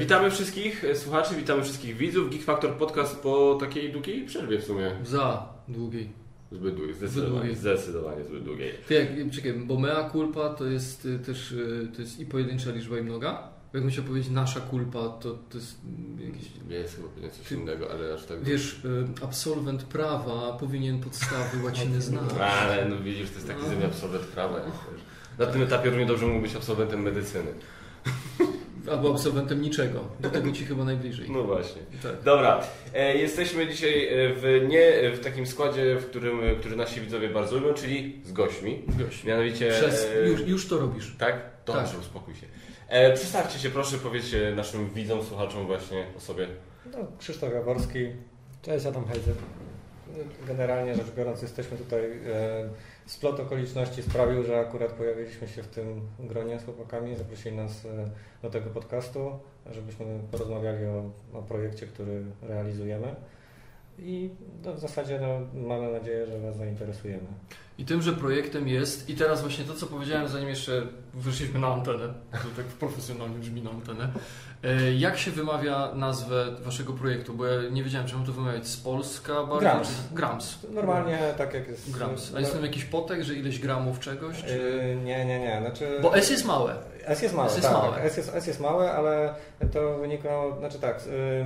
Witamy wszystkich słuchaczy, witamy wszystkich widzów. Geek Factor Podcast po takiej długiej przerwie w sumie. Za długiej. Zbyt długiej, zdecydowanie zbyt długiej. Czekaj, bo mea culpa to jest też i pojedyncza liczba i mnoga? Jak bym chciał powiedzieć nasza culpa, to jest jakieś... Jest chyba coś innego, ale aż tak... Wiesz, absolwent prawa powinien podstawy łaciny znać. Ale no widzisz, to jest taki ze mnie absolwent prawa. Na tym etapie równie dobrze mógł być absolwentem medycyny. Albo absolwentem niczego. Do tego ci chyba najbliżej. No właśnie. Tak. Dobra. Jesteśmy dzisiaj w takim składzie, który nasi widzowie bardzo lubią, czyli z gośćmi. Mianowicie... Już to robisz. Tak? Dobrze, tak. Uspokój się. Przedstawcie się proszę, powiedzcie naszym widzom, słuchaczom właśnie o sobie. No, Krzysztof Jaworski. Cześć, Adam Hejzer. Generalnie rzecz biorąc jesteśmy tutaj... Splot okoliczności sprawił, że akurat pojawiliśmy się w tym gronie z chłopakami, zaprosili nas do tego podcastu, żebyśmy porozmawiali o projekcie, który realizujemy i w zasadzie mamy nadzieję, że Was zainteresujemy. I tymże projektem jest, i teraz właśnie to, co powiedziałem, zanim jeszcze wyszliśmy na antenę, to tak profesjonalnie brzmi na antenę, jak się wymawia nazwę Waszego projektu? Bo ja nie wiedziałem, czy mam to wymawiać z Polska bardziej? Grams. Normalnie tak jak jest. Grams. A jest tam jakiś potek, że ileś gramów czegoś? Czy... Nie. Znaczy... Bo S jest małe. S jest małe, tak. S jest małe, ale to wynikało, znaczy tak...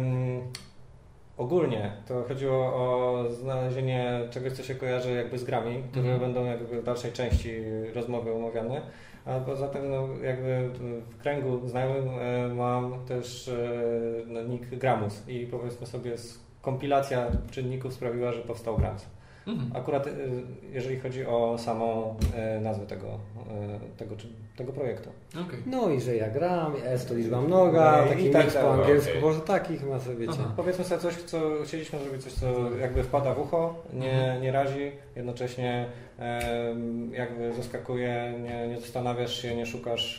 Ogólnie to chodziło o znalezienie czegoś, co się kojarzy jakby z grami, które będą jakby w dalszej części rozmowy omawiane. A poza tym jakby w kręgu znajomym mam też nick Gramus i powiedzmy sobie kompilacja czynników sprawiła, że powstał Grams. Akurat jeżeli chodzi o samą nazwę tego projektu. Okay. No i że ja gram, S to liczba mnoga, taki mix po angielsku, może takich ma sobie, wiecie. Powiedzmy sobie coś, co chcieliśmy zrobić, coś co jakby wpada w ucho, nie razi, jednocześnie jakby zaskakuje, nie zastanawiasz się, nie szukasz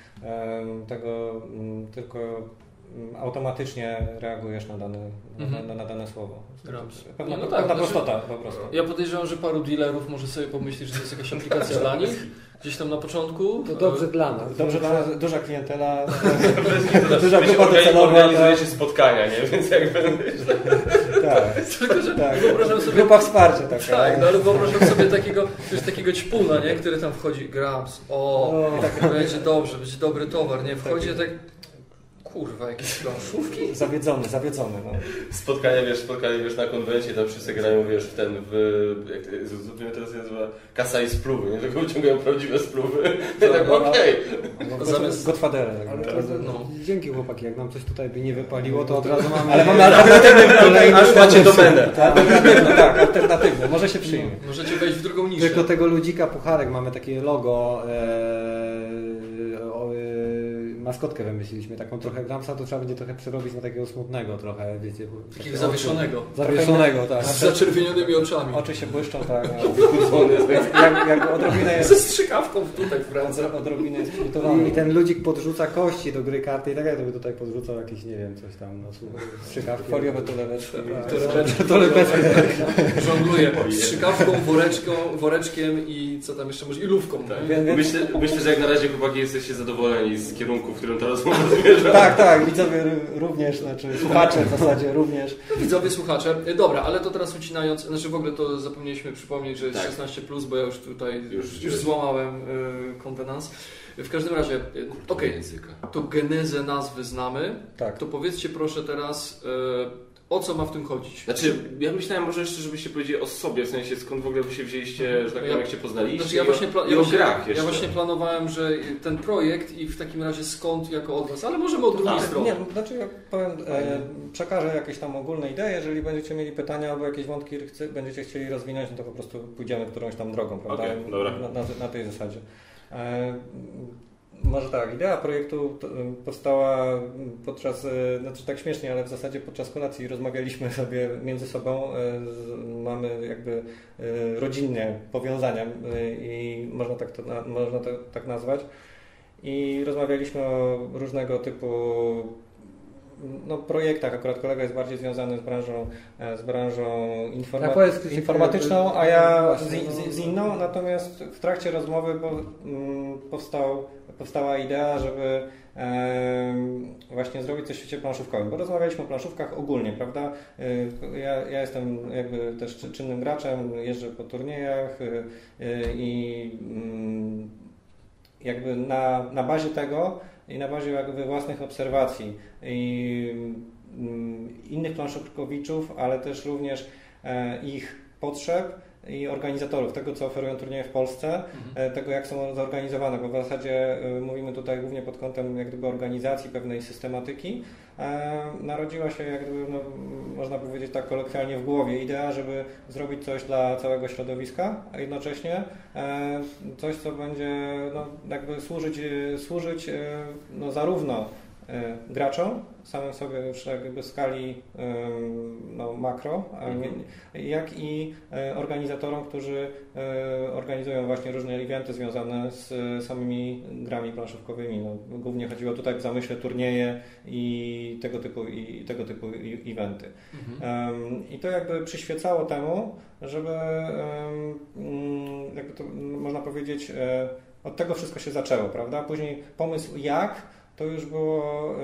tego, tylko automatycznie reagujesz na dane słowo. Pewna prostota po prostu. Ja podejrzewam, że paru dealerów może sobie pomyśleć, że to jest jakaś aplikacja dla nich. Gdzieś tam na początku. To dobrze dla nas. Dobrze dla nas, duża klientela, duża grupa docelowa. Organizujecie spotkania, nie? Więc jakby... Tak. Tylko, że wyobrażam sobie... Grupa wsparcia taka. Tak, no ale wyobrażam sobie takiego ćpuna, nie? Który tam wchodzi, Grams, będzie dobrze, będzie dobry towar, nie? Wchodzi tak... Kurwa, jakieś planszówki? Zawiedzony, no. Spotkania wiesz, na konwencie, tam wszyscy grają, wiesz, jak teraz się nazywa, kasa i spluwy, nie? Tylko wyciągają prawdziwe spluwy. Tak, okej. Zamiast Godfathera. Dzięki chłopaki, jak nam coś tutaj by nie wypaliło, to od razu mamy... Ale mamy alternatywny, aż macie domenę. Tak, alternatywny, może się przyjmie. Możecie wejść w drugą niszę. Tylko tego ludzika pucharek mamy takie logo, maskotkę wymyśliliśmy, taką trochę Gramsa, to trzeba będzie trochę przerobić na takiego smutnego trochę, wiecie. Takiego zawieszonego. Zawieszonego, tak. Z zaczerwienionymi oczami. Oczy się błyszczą, tak. Jak odrobinę jest... Ze strzykawką tutaj w ręce. Odrobinę jest przygotowany. I ten ludzik podrzuca kości do gry karty i tak jak to by tutaj podrzucał jakieś, nie wiem, coś tam, strzykawki. Foliowe torebeczki. Torebeczki. Żongluje strzykawką, woreczkiem i co tam jeszcze może, i lufką. Tak? Myślę, że jak na razie chłopaki jesteście zadowoleni z kierunku, w którym ta rozmowa zmierza. Tak, widzowie również, znaczy słuchacze w zasadzie również. Widzowie, słuchacze. Dobra, ale to teraz ucinając, znaczy w ogóle to zapomnieliśmy przypomnieć, że jest 16+, bo ja już tutaj już złamałem konwenans. W każdym razie, to genezę nazwy znamy. Tak. To powiedzcie proszę teraz, o co ma w tym chodzić? Znaczy, ja myślałem może jeszcze, żebyście powiedzieli o sobie, w sensie skąd w ogóle wy się wzięliście, że tak powiem, jak się poznaliście, ja właśnie planowałem, że ten projekt i w takim razie skąd jako od was, ale możemy od drugiej strony. Nie, znaczy ja powiem, przekażę jakieś tam ogólne idee, jeżeli będziecie mieli pytania albo jakieś wątki będziecie chcieli rozwinąć, no to po prostu pójdziemy którąś tam drogą, prawda? Na tej zasadzie. Może tak, idea projektu powstała podczas, znaczy tak śmiesznie, ale w zasadzie podczas kolacji rozmawialiśmy sobie między sobą, mamy jakby rodzinne powiązania i można to tak nazwać i rozmawialiśmy o różnego typu projektach. Akurat kolega jest bardziej związany z branżą informatyczną, informatyczną, a ja właśnie, z inną. Natomiast w trakcie rozmowy powstała idea, żeby właśnie zrobić coś w świecie planszówkowym, bo rozmawialiśmy o planszówkach ogólnie, prawda? Ja jestem jakby też czynnym graczem, jeżdżę po turniejach i jakby na bazie tego i na bazie jakby własnych obserwacji i innych planszówkowiczów, ale też również ich potrzeb i organizatorów, tego co oferują turnieje w Polsce, tego jak są zorganizowane, bo w zasadzie mówimy tutaj głównie pod kątem jak gdyby organizacji, pewnej systematyki. Narodziła się jak gdyby, można powiedzieć tak kolokwialnie w głowie idea, żeby zrobić coś dla całego środowiska, a jednocześnie coś, co będzie jakby służyć zarówno graczom, samym sobie już jakby w skali makro, jak i organizatorom, którzy organizują właśnie różne eventy związane z samymi grami planszówkowymi. Głównie chodziło tutaj w zamyśle turnieje i tego typu eventy. I to jakby przyświecało temu, żeby jakby to można powiedzieć, od tego wszystko się zaczęło, prawda? Później pomysł jak, to już było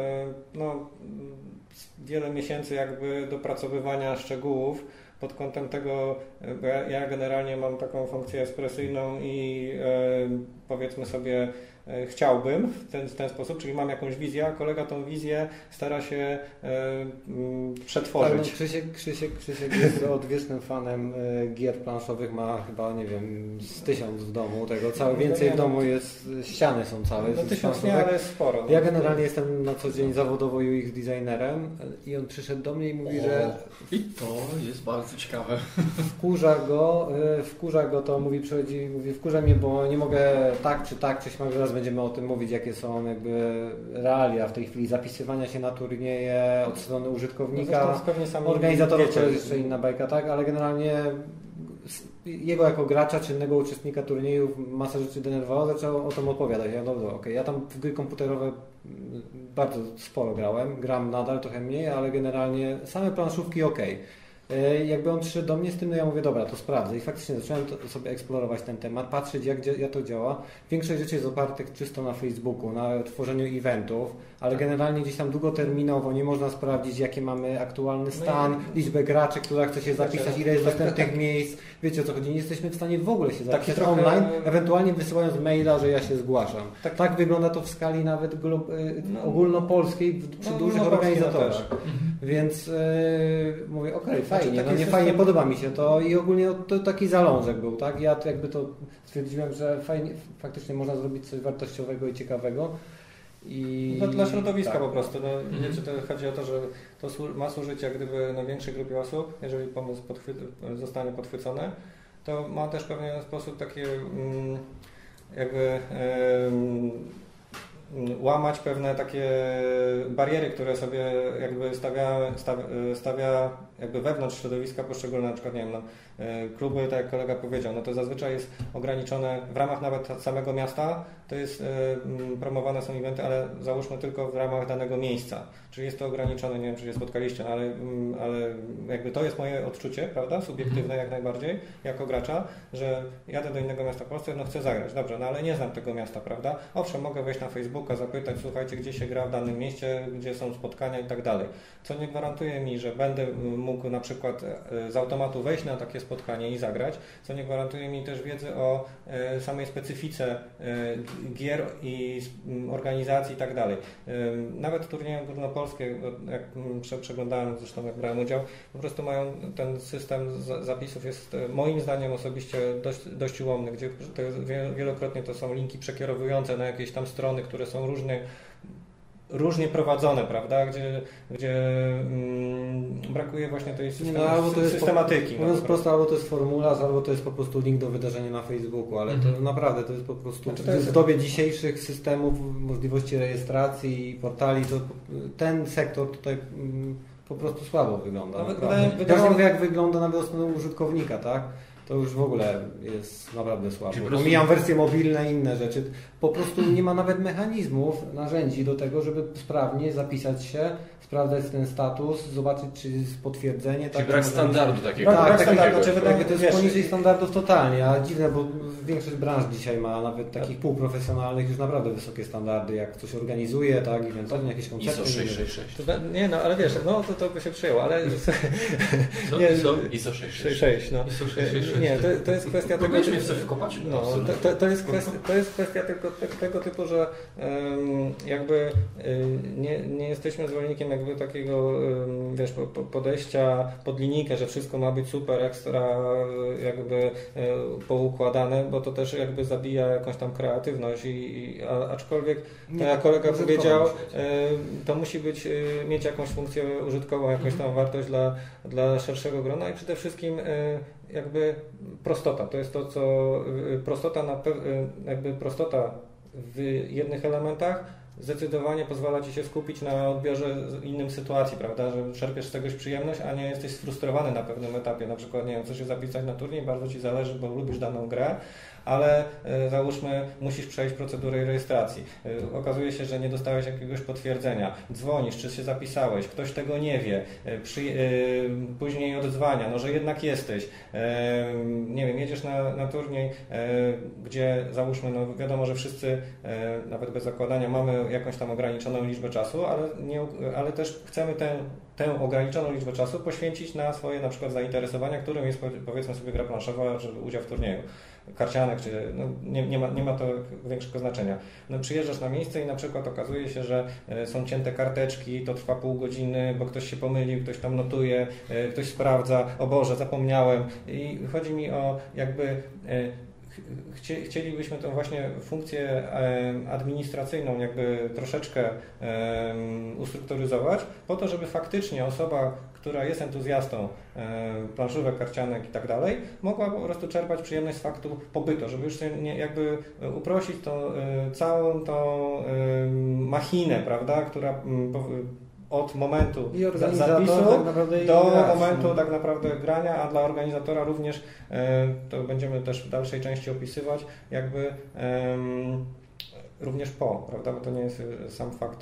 wiele miesięcy jakby dopracowywania szczegółów pod kątem tego, bo ja generalnie mam taką funkcję ekspresyjną i powiedzmy sobie chciałbym w ten sposób, czyli mam jakąś wizję, a kolega tą wizję stara się przetworzyć. Krzysiek jest odwiecznym fanem gier planszowych, ma chyba, nie wiem, z 1000 w domu, tego całe więcej w domu jest, ściany są całe. No 1000 nie, ale jest sporo. Ja generalnie jestem na co dzień zawodowo UX designerem i on przyszedł do mnie i mówi, że... I to jest bardzo ciekawe. Wkurza go to, mówi, wkurza mnie, bo nie mogę tak czy tak, czy śmak, zaraz będziemy o tym mówić, jakie są jakby realia w tej chwili zapisywania się na turnieje od strony użytkownika, organizatorów, to jest jeszcze inna bajka, tak, ale generalnie jego jako gracza, czynnego uczestnika turniejów masa rzeczy denerwowało, zaczął o tym opowiadać. Ja ja tam w gry komputerowe bardzo sporo gram nadal trochę mniej, ale generalnie same planszówki jakby on przyszedł do mnie z tym, ja mówię, dobra, to sprawdzę i faktycznie zacząłem sobie eksplorować ten temat, patrzeć jak to działa. Większość rzeczy jest opartych czysto na Facebooku, na tworzeniu eventów, ale generalnie gdzieś tam długoterminowo nie można sprawdzić, jaki mamy aktualny stan, liczbę graczy, która chce się zapisać, ile jest dostępnych miejsc. Wiecie o co chodzi, nie jesteśmy w stanie w ogóle się zapisać online, ewentualnie wysyłając maila, że ja się zgłaszam. Tak wygląda to w skali nawet ogólnopolskiej przy dużych organizatorach. Więc mówię, fajnie, fajnie, podoba mi się to i ogólnie to taki zalążek był, tak? Ja jakby to stwierdziłem, że fajnie, faktycznie można zrobić coś wartościowego i ciekawego. Dla środowiska po prostu. Wiecie, to chodzi o to, że to ma służyć jak gdyby większej grupie osób, jeżeli pomysł zostanie podchwycony, to ma też w pewien sposób takie jakby łamać pewne takie bariery, które sobie jakby stawia jakby wewnątrz środowiska poszczególne, na przykład nie wiem, kluby, tak jak kolega powiedział, to zazwyczaj jest ograniczone w ramach nawet samego miasta, to jest promowane są eventy, ale załóżmy tylko w ramach danego miejsca, czyli jest to ograniczone, nie wiem czy się spotkaliście, ale jakby to jest moje odczucie, prawda, subiektywne jak najbardziej, jako gracza, że jadę do innego miasta w Polsce, chcę zagrać, dobrze, ale nie znam tego miasta, prawda, owszem, mogę wejść na Facebooka, zapytać, słuchajcie, gdzie się gra w danym mieście, gdzie są spotkania i tak dalej, co nie gwarantuje mi, że będę mógł na przykład z automatu wejść na takie spotkanie i zagrać, co nie gwarantuje mi też wiedzy o samej specyfice gier i organizacji i tak dalej. Nawet turnieje ogólnopolskie, jak przeglądałem, zresztą jak brałem udział, po prostu mają ten system zapisów jest moim zdaniem osobiście dość ułomny, gdzie wielokrotnie to są linki przekierowujące na jakieś tam strony, które są różnie prowadzone, prawda, gdzie brakuje właśnie tej systematyki. Mówiąc prosto, albo to jest formularz, albo to jest po prostu link do wydarzenia na Facebooku, ale to naprawdę to jest po prostu w dobie dzisiejszych systemów, możliwości rejestracji i portali, to ten sektor tutaj po prostu słabo wygląda. Ja nie wiem jak wygląda nawet od strony użytkownika, tak? to już w ogóle jest naprawdę słabo. Pomijam wersje mobilne i inne rzeczy. Po prostu nie ma nawet mechanizmów, narzędzi do tego, żeby sprawnie zapisać się, sprawdzać ten status, zobaczyć, czy jest potwierdzenie. Czyli brak standardu takiego. Tak, to jest poniżej standardów totalnie, a dziwne, bo większość branż dzisiaj ma nawet takich półprofesjonalnych już naprawdę wysokie standardy, jak coś organizuje, tak, ewentualnie jakieś koncepty. ISO 666. Nie, no ale wiesz, no to by się przyjęło, ale... ISO 666, no. ISO 666. Nie, to jest kwestia tego... Próbujesz mnie chcesz wkopać? No, to jest kwestia tylko tego typu, że jakby nie jesteśmy zwolennikiem jakby takiego, wiesz, podejścia pod linijkę, że wszystko ma być super, ekstra jakby poukładane, bo to też jakby zabija jakąś tam kreatywność aczkolwiek, tak jak kolega powiedział, to musi mieć jakąś funkcję użytkową, jakąś tam wartość dla szerszego grona i przede wszystkim jakby prostota. To jest to, co prostota w jednych elementach zdecydowanie pozwala Ci się skupić na odbiorze innym sytuacji, prawda, że czerpiesz z czegoś przyjemność, a nie jesteś sfrustrowany na pewnym etapie, na przykład, nie wiem, chcesz się zapisać na turniej, bardzo Ci zależy, bo lubisz daną grę, ale załóżmy, musisz przejść procedurę rejestracji. Okazuje się, że nie dostałeś jakiegoś potwierdzenia. Dzwonisz, czy się zapisałeś, ktoś tego nie wie, później odzwania, no że jednak jesteś. Nie wiem, jedziesz na turniej, gdzie załóżmy, no wiadomo, że wszyscy, nawet bez zakładania, mamy jakąś tam ograniczoną liczbę czasu, ale też chcemy tę ograniczoną liczbę czasu poświęcić na swoje na przykład zainteresowania, którym jest, powiedzmy sobie, gra planszowa, czy udział w turnieju. Karcianek, czy no, nie ma to większego znaczenia. No, przyjeżdżasz na miejsce i na przykład okazuje się, że są cięte karteczki, to trwa pół godziny, bo ktoś się pomylił, ktoś tam notuje, ktoś sprawdza, o Boże, zapomniałem. I chodzi mi o jakby... Chcielibyśmy tę właśnie funkcję administracyjną jakby troszeczkę ustrukturyzować po to, żeby faktycznie osoba, która jest entuzjastą planszówek, karcianek i tak dalej, mogła po prostu czerpać przyjemność z faktu pobytu, żeby już jakby uprościć całą tą machinę, prawda, która od momentu zapisu do momentu tak naprawdę grania, a dla organizatora również, to będziemy też w dalszej części opisywać, jakby również prawda, bo to nie jest sam fakt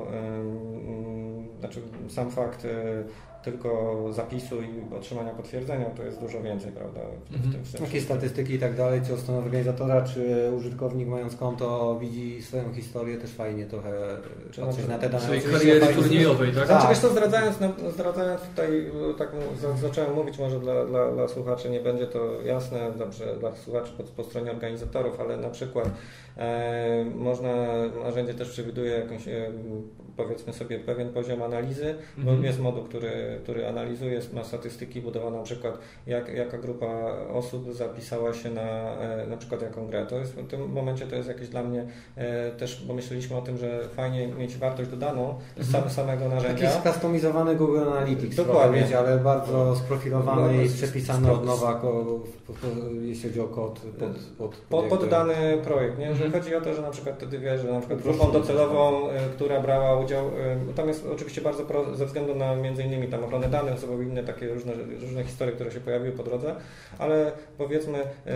tylko zapisu i otrzymania potwierdzenia, to jest dużo więcej, prawda? Jakie statystyki i tak dalej, czy od strony organizatora, czy użytkownik mając konto widzi swoją historię, też fajnie trochę patrzeć na te dane. Swojej kariery turniejowej, tak? Znaczy, wiesz co, zdradzając tutaj, tak zacząłem mówić, może dla słuchaczy nie będzie to jasne, dobrze, dla słuchaczy po stronie organizatorów, ale na przykład narzędzie też przewiduje jakąś, powiedzmy sobie, pewien poziom analizy, bo jest moduł, który analizuje, ma statystyki budowane, na przykład jaka grupa osób zapisała się na przykład jaką grę. To jest w tym momencie to jest jakieś dla mnie też, bo myśleliśmy o tym, że fajnie mieć wartość dodaną z samego narzędzia. Taki skustomizowany Google Analytics, dokładnie, ale bardzo sprofilowany i przepisany od nowa, jeśli chodzi o kod pod dany projekt. Nie? Że chodzi o to, że na przykład wtedy wiesz, że na przykład grupą docelową, która brała udział, tam jest oczywiście bardzo ze względu na między innymi tam ochronę danych osobowych, inne takie różne historie, które się pojawiły po drodze, ale powiedzmy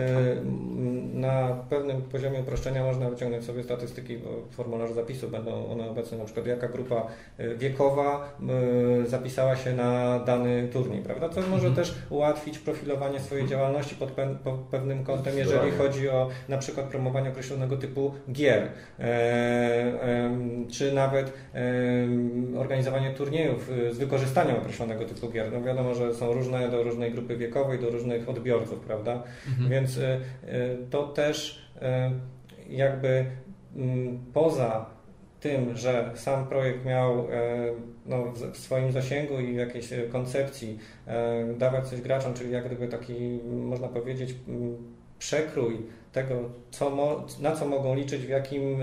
na pewnym poziomie uproszczenia można wyciągnąć sobie statystyki, bo w formularzu zapisu będą one obecne, na przykład jaka grupa wiekowa zapisała się na dany turniej, prawda? Co może też ułatwić profilowanie swojej działalności pod pewnym kątem, jeżeli chodzi o na przykład promowanie określonego typu gier, czy nawet organizowanie turniejów z wykorzystaniem określonego typu gier. No wiadomo, że są różne do różnej grupy wiekowej, do różnych odbiorców, prawda? Więc to też jakby poza tym, że sam projekt miał w swoim zasięgu i w jakiejś koncepcji dawać coś graczom, czyli jak gdyby taki, można powiedzieć, przekrój tego, na co mogą liczyć, w jakim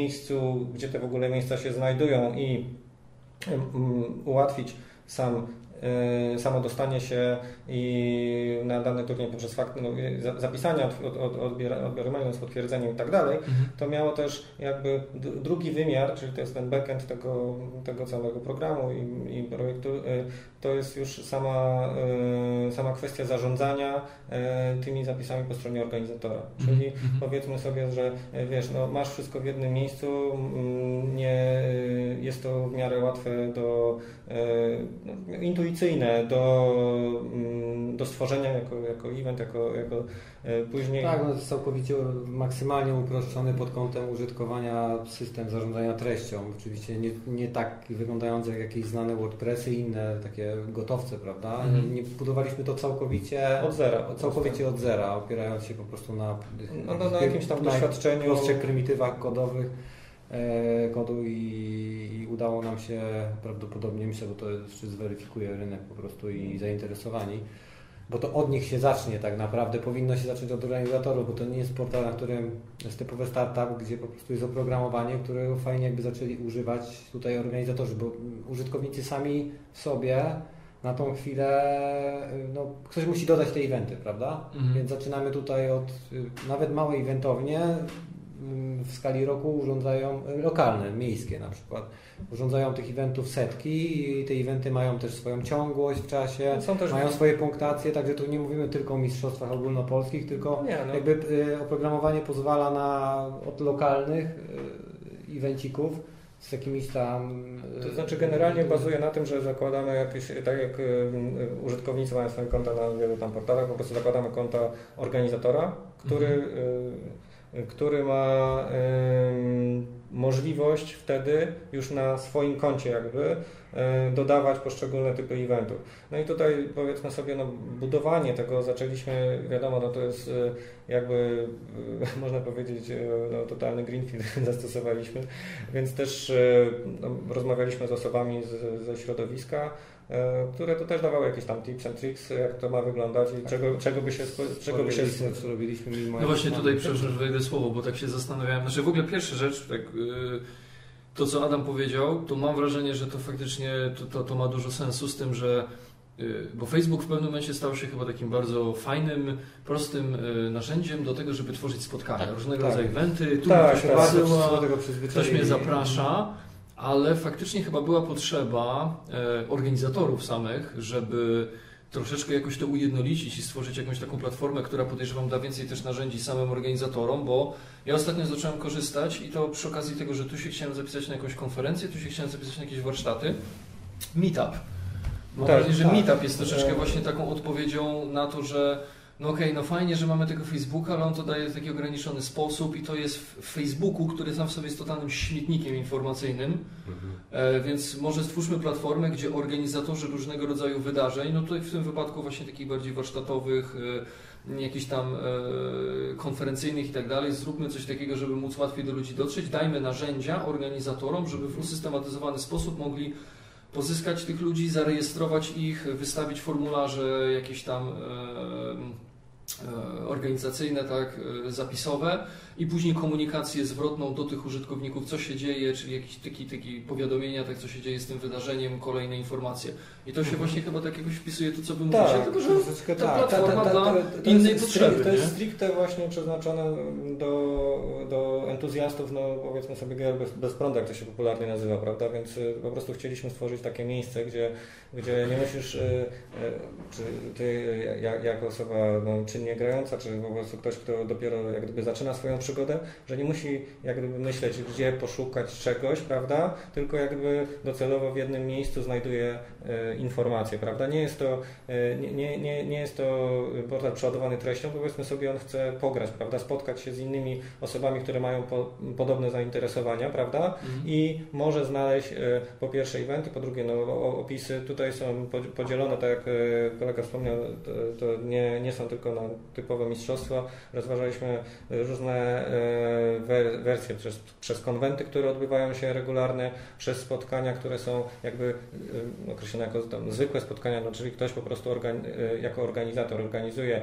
miejscu, gdzie te w ogóle miejsca się znajdują i ułatwić sam samo dostanie się i na dany turniej poprzez fakt zapisania, odbierania z potwierdzeniem i tak dalej, to miało też jakby drugi wymiar, czyli to jest ten backend tego całego programu i projektu, to jest już sama kwestia zarządzania tymi zapisami po stronie organizatora. Czyli powiedzmy sobie, że wiesz, masz wszystko w jednym miejscu, nie jest to w miarę łatwe intuicyjne do stworzenia jako event, jako później... Tak, to jest całkowicie maksymalnie uproszczony pod kątem użytkowania system zarządzania treścią. Oczywiście nie tak wyglądający jak jakieś znane WordPressy i inne takie gotowce, prawda? Nie budowaliśmy to całkowicie od zera, opierając się po prostu na jakimś tam doświadczeniu, prostszych prymitywach kodowych kodu i udało nam się prawdopodobnie, myślę, bo to jeszcze zweryfikuje rynek po prostu i zainteresowani, bo to od nich się zacznie tak naprawdę, powinno się zacząć od organizatorów, bo to nie jest portal, na którym jest typowy startup, gdzie po prostu jest oprogramowanie, którego fajnie jakby zaczęli używać tutaj organizatorzy, bo użytkownicy sami w sobie na tą chwilę, ktoś musi dodać te eventy, prawda? Więc zaczynamy tutaj od nawet małe eventownie, w skali roku urządzają, lokalne, miejskie na przykład, urządzają tych eventów setki i te eventy mają też swoją ciągłość w czasie, mają swoje punktacje, także tu nie mówimy tylko o mistrzostwach ogólnopolskich, tylko jakby oprogramowanie pozwala od lokalnych evencików z jakimiś tam... To znaczy generalnie bazuje na tym, że zakładamy jakieś, tak jak użytkownicy mają swoje konta na wielu tam portalach, po prostu zakładamy konta organizatora, który ma możliwość wtedy już na swoim koncie jakby dodawać poszczególne typy eventów. No i tutaj powiedzmy sobie, budowanie tego zaczęliśmy, wiadomo, to jest jakby można powiedzieć totalny greenfield zastosowaliśmy, więc też rozmawialiśmy z osobami ze środowiska, które to też dawały jakieś tam tips and tricks, jak to ma wyglądać i czego by się co robiliśmy. No właśnie tutaj przepraszam, że wejdę słowo, bo tak się zastanawiałem. Znaczy w ogóle pierwsza rzecz, tak, to co Adam powiedział, to mam wrażenie, że to faktycznie to ma dużo sensu z tym, że bo Facebook w pewnym momencie stał się chyba takim bardzo fajnym, prostym narzędziem do tego, żeby tworzyć spotkania, różnego rodzaju eventy, tu ktoś mnie zaprasza. Ale faktycznie chyba była potrzeba organizatorów samych, żeby troszeczkę jakoś to ujednolicić i stworzyć jakąś taką platformę, która podejrzewam da więcej też narzędzi samym organizatorom, bo ja ostatnio zacząłem korzystać i to przy okazji tego, że tu się chciałem zapisać na jakąś konferencję, tu się chciałem zapisać na jakieś warsztaty. Meetup. Mam wrażenie, że Meetup jest troszeczkę właśnie taką odpowiedzią na to, że fajnie, że mamy tego Facebooka, ale on to daje w taki ograniczony sposób i to jest w Facebooku, który sam w sobie jest totalnym śmietnikiem informacyjnym, więc może stwórzmy platformę, gdzie organizatorzy różnego rodzaju wydarzeń, tutaj w tym wypadku właśnie takich bardziej warsztatowych, jakichś tam konferencyjnych i tak dalej, zróbmy coś takiego, żeby móc łatwiej do ludzi dotrzeć, dajmy narzędzia organizatorom, żeby w usystematyzowany sposób mogli pozyskać tych ludzi, zarejestrować ich, wystawić formularze jakieś tam organizacyjne, tak, zapisowe i później komunikację zwrotną do tych użytkowników, co się dzieje, czyli jakieś takie powiadomienia, tak, co się dzieje z tym wydarzeniem, kolejne informacje. I to się właśnie chyba tak jakoś wpisuje to, co bym mówił, tylko że ta platforma dla innej potrzeby. To jest stricte właśnie przeznaczone do entuzjastów, powiedzmy sobie gier bez prądu, jak to się popularnie nazywa, prawda? Więc po prostu chcieliśmy stworzyć takie miejsce, gdzie nie musisz, czy ty jako osoba czynnie grająca, czy po prostu ktoś, kto dopiero jak gdyby zaczyna swoją przygodę, że nie musi jak gdyby myśleć, gdzie poszukać czegoś, prawda? Tylko jak gdyby docelowo w jednym miejscu znajduje informacje, prawda? Nie jest to portal przeładowany treścią, powiedzmy sobie, on chce pograć, prawda? Spotkać się z innymi osobami, które mają podobne zainteresowania, prawda? I może znaleźć po pierwsze eventy, po drugie opisy. Tutaj są podzielone, tak jak kolega wspomniał, to nie są tylko na typowe mistrzostwo. Rozważaliśmy różne wersje przez konwenty, które odbywają się regularnie, przez spotkania, które są jakby określone jako tam zwykłe spotkania, no, czyli ktoś po prostu jako organizator organizuje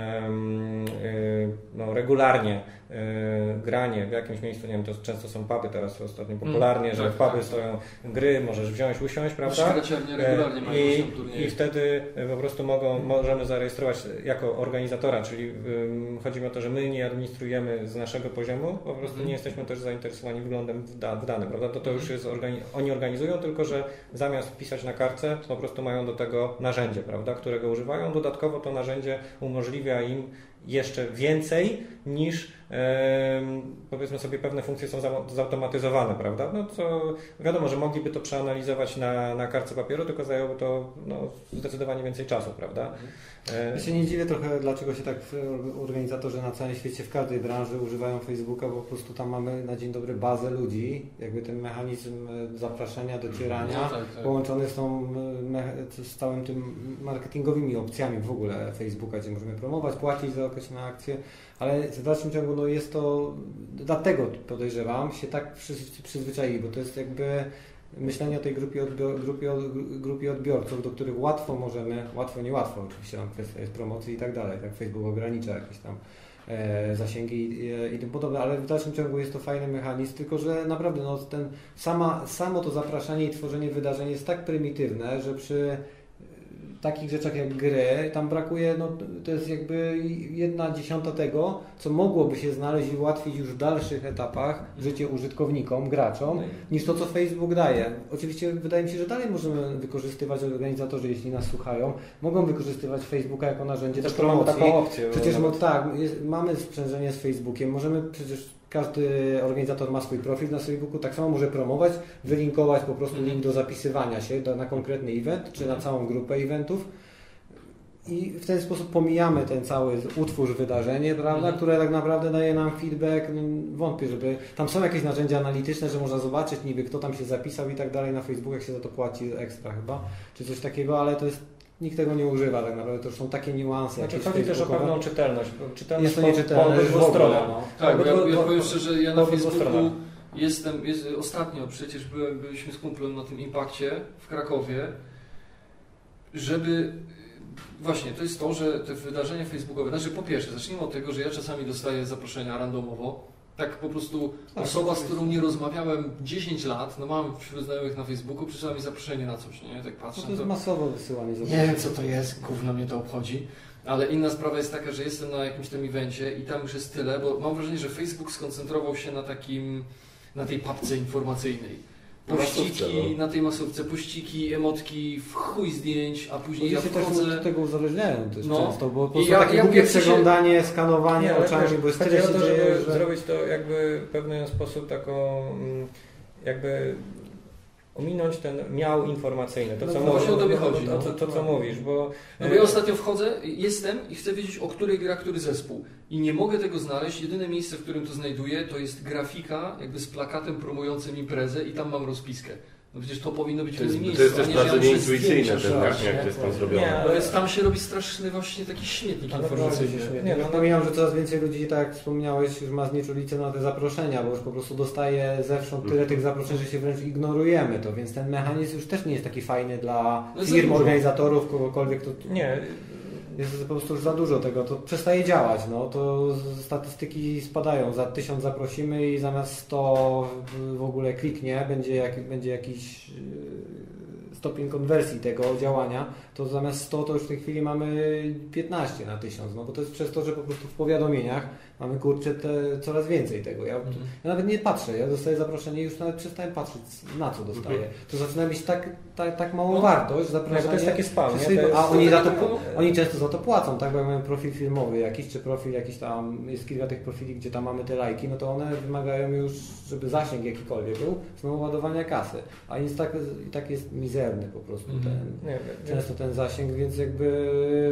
regularnie granie w jakimś miejscu, nie wiem, to często są puby teraz ostatnio popularnie, że w puby stoją gry, możesz wziąć, usiąść, prawda? Regularnie mają I wtedy po prostu możemy zarejestrować jako organizatora, czyli chodzi mi o to, że my nie administrujemy z naszego poziomu, po prostu nie jesteśmy też zainteresowani wglądem w dane, prawda? To już jest, oni organizują, tylko że zamiast wpisać na kartce, po prostu mają do tego narzędzie, prawda, którego używają. Dodatkowo to narzędzie umożliwia im jeszcze więcej niż powiedzmy sobie pewne funkcje są zautomatyzowane, prawda? No co wiadomo, że mogliby to przeanalizować na kartce papieru, tylko zajęłoby to zdecydowanie więcej czasu, prawda? Ja się nie dziwię trochę, dlaczego się tak organizatorzy na całym świecie, w każdej branży używają Facebooka, bo po prostu tam mamy na dzień dobry bazę ludzi, jakby ten mechanizm zapraszania, docierania połączony z całym tym marketingowymi opcjami w ogóle Facebooka, gdzie możemy promować, płacić za określone akcje, ale w dalszym ciągu jest to, dlatego podejrzewam, się tak przyzwyczaili, bo to jest jakby myślenie o tej grupie odbiorców, do których nie łatwo, oczywiście tam kwestia jest promocji i tak dalej, tak Facebook ogranicza jakieś tam zasięgi i tym podobne, ale w dalszym ciągu jest to fajny mechanizm, tylko że naprawdę samo to zapraszanie i tworzenie wydarzeń jest tak prymitywne, że przy takich rzeczach jak gry, tam brakuje, to jest jakby 1/10 tego, co mogłoby się znaleźć i ułatwić już w dalszych etapach życie użytkownikom, graczom, niż to, co Facebook daje. Oczywiście wydaje mi się, że dalej możemy wykorzystywać, organizatorzy, jeśli nas słuchają, mogą wykorzystywać Facebooka jako narzędzie do promocji. Taką opcję. Przecież mamy sprzężenie z Facebookiem, możemy przecież każdy organizator ma swój profil na Facebooku, tak samo może promować, wylinkować po prostu link do zapisywania się na konkretny event, czy na całą grupę eventów i w ten sposób pomijamy ten cały utwórz, wydarzenie, prawda, które tak naprawdę daje nam feedback. Wątpię, żeby tam są jakieś narzędzia analityczne, że można zobaczyć niby kto tam się zapisał i tak dalej na Facebookach, się za to płaci ekstra chyba, czy coś takiego, ale to jest nikt tego nie używa tak naprawdę, to już są takie niuanse. Znaczy chodzi też o pewną czytelność. Jest to nieczytelne w obydwu stronach. Tak, ja powiem szczerze, ja na Facebooku ostatnio przecież byliśmy z kumplem na tym Impakcie w Krakowie, żeby właśnie, to jest to, że te wydarzenia facebookowe, znaczy po pierwsze, zacznijmy od tego, że ja czasami dostaję zaproszenia randomowo, tak po prostu osoba, z którą nie rozmawiałem 10 lat, mam wśród znajomych na Facebooku, przysłała mi zaproszenie na coś, nie? Tak patrzę. To jest masowo wysyłanie zaproszeń. Nie wiem, co to jest, gówno mnie to obchodzi, ale inna sprawa jest taka, że jestem na jakimś tam evencie i tam już jest tyle, bo mam wrażenie, że Facebook skoncentrował się na tej papce informacyjnej. Pościki na tej masówce, pościki, emotki, w chuj zdjęć, a później ja wchodzę... Też od tego uzależniają też często, bo po prostu takie głupie przeglądanie, skanowanie oczami, bo jest tyle się dzieje, żeby zrobić to jakby w pewien sposób taką jakby ominąć ten miał informacyjny. To, co właśnie o to mi chodzi. To, co mówisz, bo... No bo ja ostatnio wchodzę, jestem i chcę wiedzieć, o której gra, który zespół. I nie mogę tego znaleźć. Jedyne miejsce, w którym to znajduję, to jest grafika jakby z plakatem promującym imprezę i tam mam rozpiskę. No przecież to powinno być w innym miejscu. To jest też bardzo nieintuicyjne jak to jest tam zrobione. Tam się robi straszny właśnie taki śmietnik informacyjny. Pomijam, że coraz więcej ludzi, tak jak wspomniałeś, już ma znieczulicę na te zaproszenia, bo już po prostu dostaje zewsząd tyle tych zaproszeń, że się wręcz ignorujemy to, więc ten mechanizm już też nie jest taki fajny dla firm, organizatorów, kogokolwiek. Nie. Jest po prostu już za dużo tego, to przestaje działać, to statystyki spadają, za 1000 zaprosimy i zamiast 100 w ogóle kliknie, będzie jakiś stopień konwersji tego działania, to zamiast 100 to już w tej chwili mamy 15 na 1000, bo to jest przez to, że po prostu w powiadomieniach mamy coraz więcej tego. Ja nawet nie patrzę, ja dostaję zaproszenie i już nawet przestałem patrzeć, na co dostaję. To zaczyna mieć tak małą wartość, zaproszenie. To jest takie spam, a oni często za to płacą, tak? Bo jak mają profil filmowy jakiś, czy profil jakiś tam, jest kilka tych profili, gdzie tam mamy te lajki, to one wymagają już, żeby zasięg jakikolwiek był, znowu ładowania kasy. A i tak jest mizerny po prostu często ten zasięg, więc jakby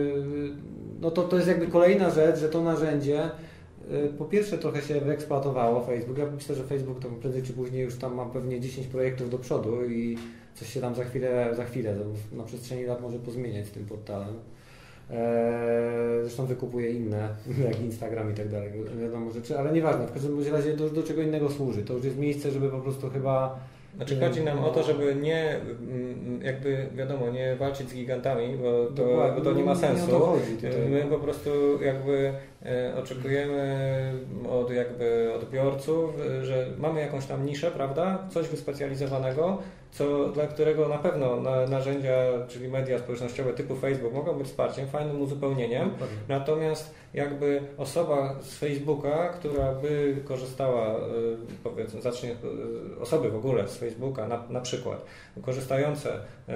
to jest jakby kolejna rzecz, że to narzędzie po pierwsze trochę się wyeksploatowało Facebook. Ja myślę, że Facebook to prędzej czy później już tam ma pewnie 10 projektów do przodu i coś się tam za chwilę na przestrzeni lat może pozmieniać z tym portalem. zresztą wykupuje inne, jak Instagram i tak dalej, wiadomo rzeczy, ale nieważne, w każdym razie do czego innego służy. To już jest miejsce, żeby po prostu chyba... Znaczy chodzi nam o to, żeby nie, jakby wiadomo, nie walczyć z gigantami, bo to nie ma sensu. Nie o to chodzi my po prostu jakby oczekujemy od jakby odbiorców, że mamy jakąś tam niszę, prawda? Coś wyspecjalizowanego, dla którego na pewno narzędzia, czyli media społecznościowe typu Facebook mogą być wsparciem, fajnym uzupełnieniem. Natomiast jakby osoba z Facebooka, która by korzystała, powiedzmy, osoby w ogóle z Facebooka na przykład, korzystające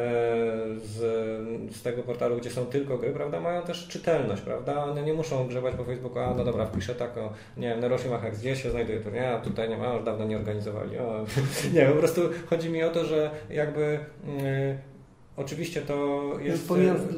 z tego portalu, gdzie są tylko gry, prawda, mają też czytelność, prawda? One nie muszą grzebać po Facebooku, no dobra, wpiszę tak, nie wiem, Neroshima gdzie się znajduje turniej, a tutaj nie ma, już dawno nie organizowali. Nie, po prostu chodzi mi o to, że jakby oczywiście to jest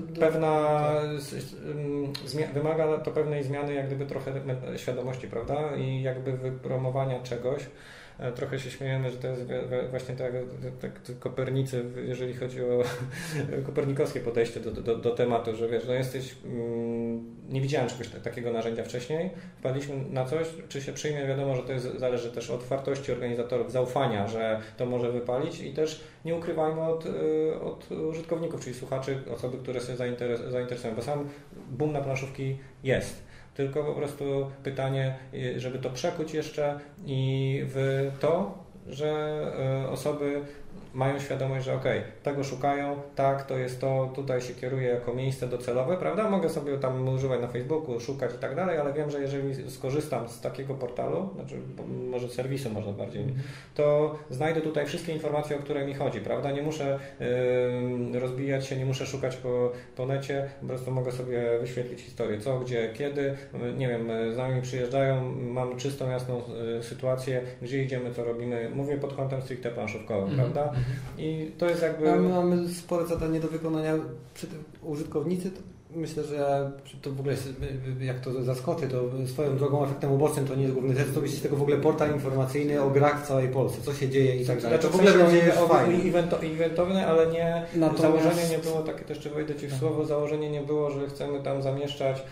wymaga to pewnej zmiany, jak gdyby trochę świadomości, prawda? I jakby wypromowania czegoś. Trochę się śmiejemy, że to jest właśnie tak Kopernicy, jeżeli chodzi o kopernikowskie podejście do tematu, że wiesz, no jesteś, nie widziałem czegoś takiego narzędzia wcześniej, wpadliśmy na coś, czy się przyjmie, wiadomo, że to zależy też od otwartości organizatorów, zaufania, że to może wypalić i też nie ukrywajmy od użytkowników, czyli słuchaczy, osoby, które się zainteresują, bo sam boom na planszówki jest. Tylko po prostu pytanie, żeby to przekuć jeszcze i w to, że osoby mają świadomość, że okej, tego szukają, tak, to jest to, tutaj się kieruje jako miejsce docelowe, prawda? Mogę sobie tam używać na Facebooku, szukać i tak dalej, ale wiem, że jeżeli skorzystam z takiego portalu, znaczy może serwisu można bardziej, to znajdę tutaj wszystkie informacje, o które mi chodzi, prawda? Nie muszę rozbijać się, nie muszę szukać po necie, po prostu mogę sobie wyświetlić historię, co, gdzie, kiedy, nie wiem, znajomi przyjeżdżają, mam czystą, jasną sytuację, gdzie idziemy, co robimy, mówię pod kątem stricte planszówkowym, prawda? I to jest jakby... Mamy spore zadanie do wykonania przy tym użytkownicy. Myślę, że to w ogóle, jak to zaskoczy, to swoją drogą efektem ubocznym to nie jest główny cel, to będzie z tego w ogóle portal informacyjny o grach w całej Polsce, co się dzieje i tak dalej. To w ogóle będzie eventowne, ale nie, założenie nie było, takie też jeszcze wejdę Ci w słowo, założenie nie było, że chcemy tam zamieszczać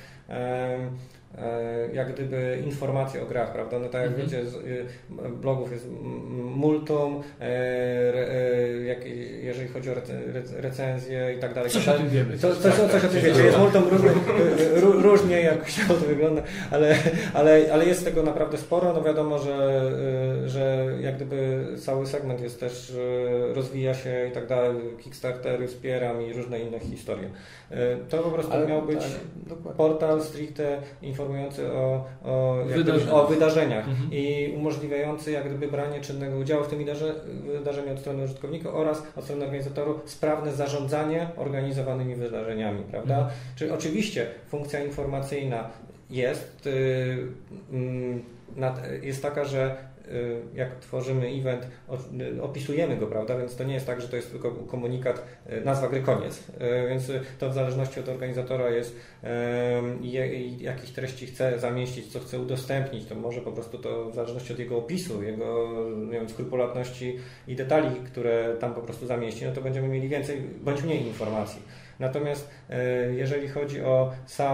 jak gdyby informacje o grach, prawda? No tak jak wiecie, blogów jest multum, jeżeli chodzi o recenzje i tak dalej. Coś o tym wiemy. Coś o tym wiecie, jest multum różnie jak to wygląda, ale jest tego naprawdę sporo. No wiadomo, że jak gdyby cały segment jest też, rozwija się i tak dalej, Kickstartery wspieram i różne inne historie. To po prostu miał być portal stricte informujący o wydarzeniach i umożliwiający jak gdyby branie czynnego udziału w tym wydarzeniu od strony użytkownika oraz od strony organizatorów sprawne zarządzanie organizowanymi wydarzeniami, prawda? Czyli oczywiście funkcja informacyjna jest taka, że jak tworzymy event, opisujemy go, prawda? Więc to nie jest tak, że to jest tylko komunikat, nazwa gry, koniec. Więc to w zależności od organizatora jest, jakich treści chce zamieścić, co chce udostępnić, to może po prostu to w zależności od jego opisu, jego, nie wiem, skrupulatności i detali, które tam po prostu zamieści, no to będziemy mieli więcej bądź mniej informacji. Natomiast jeżeli chodzi o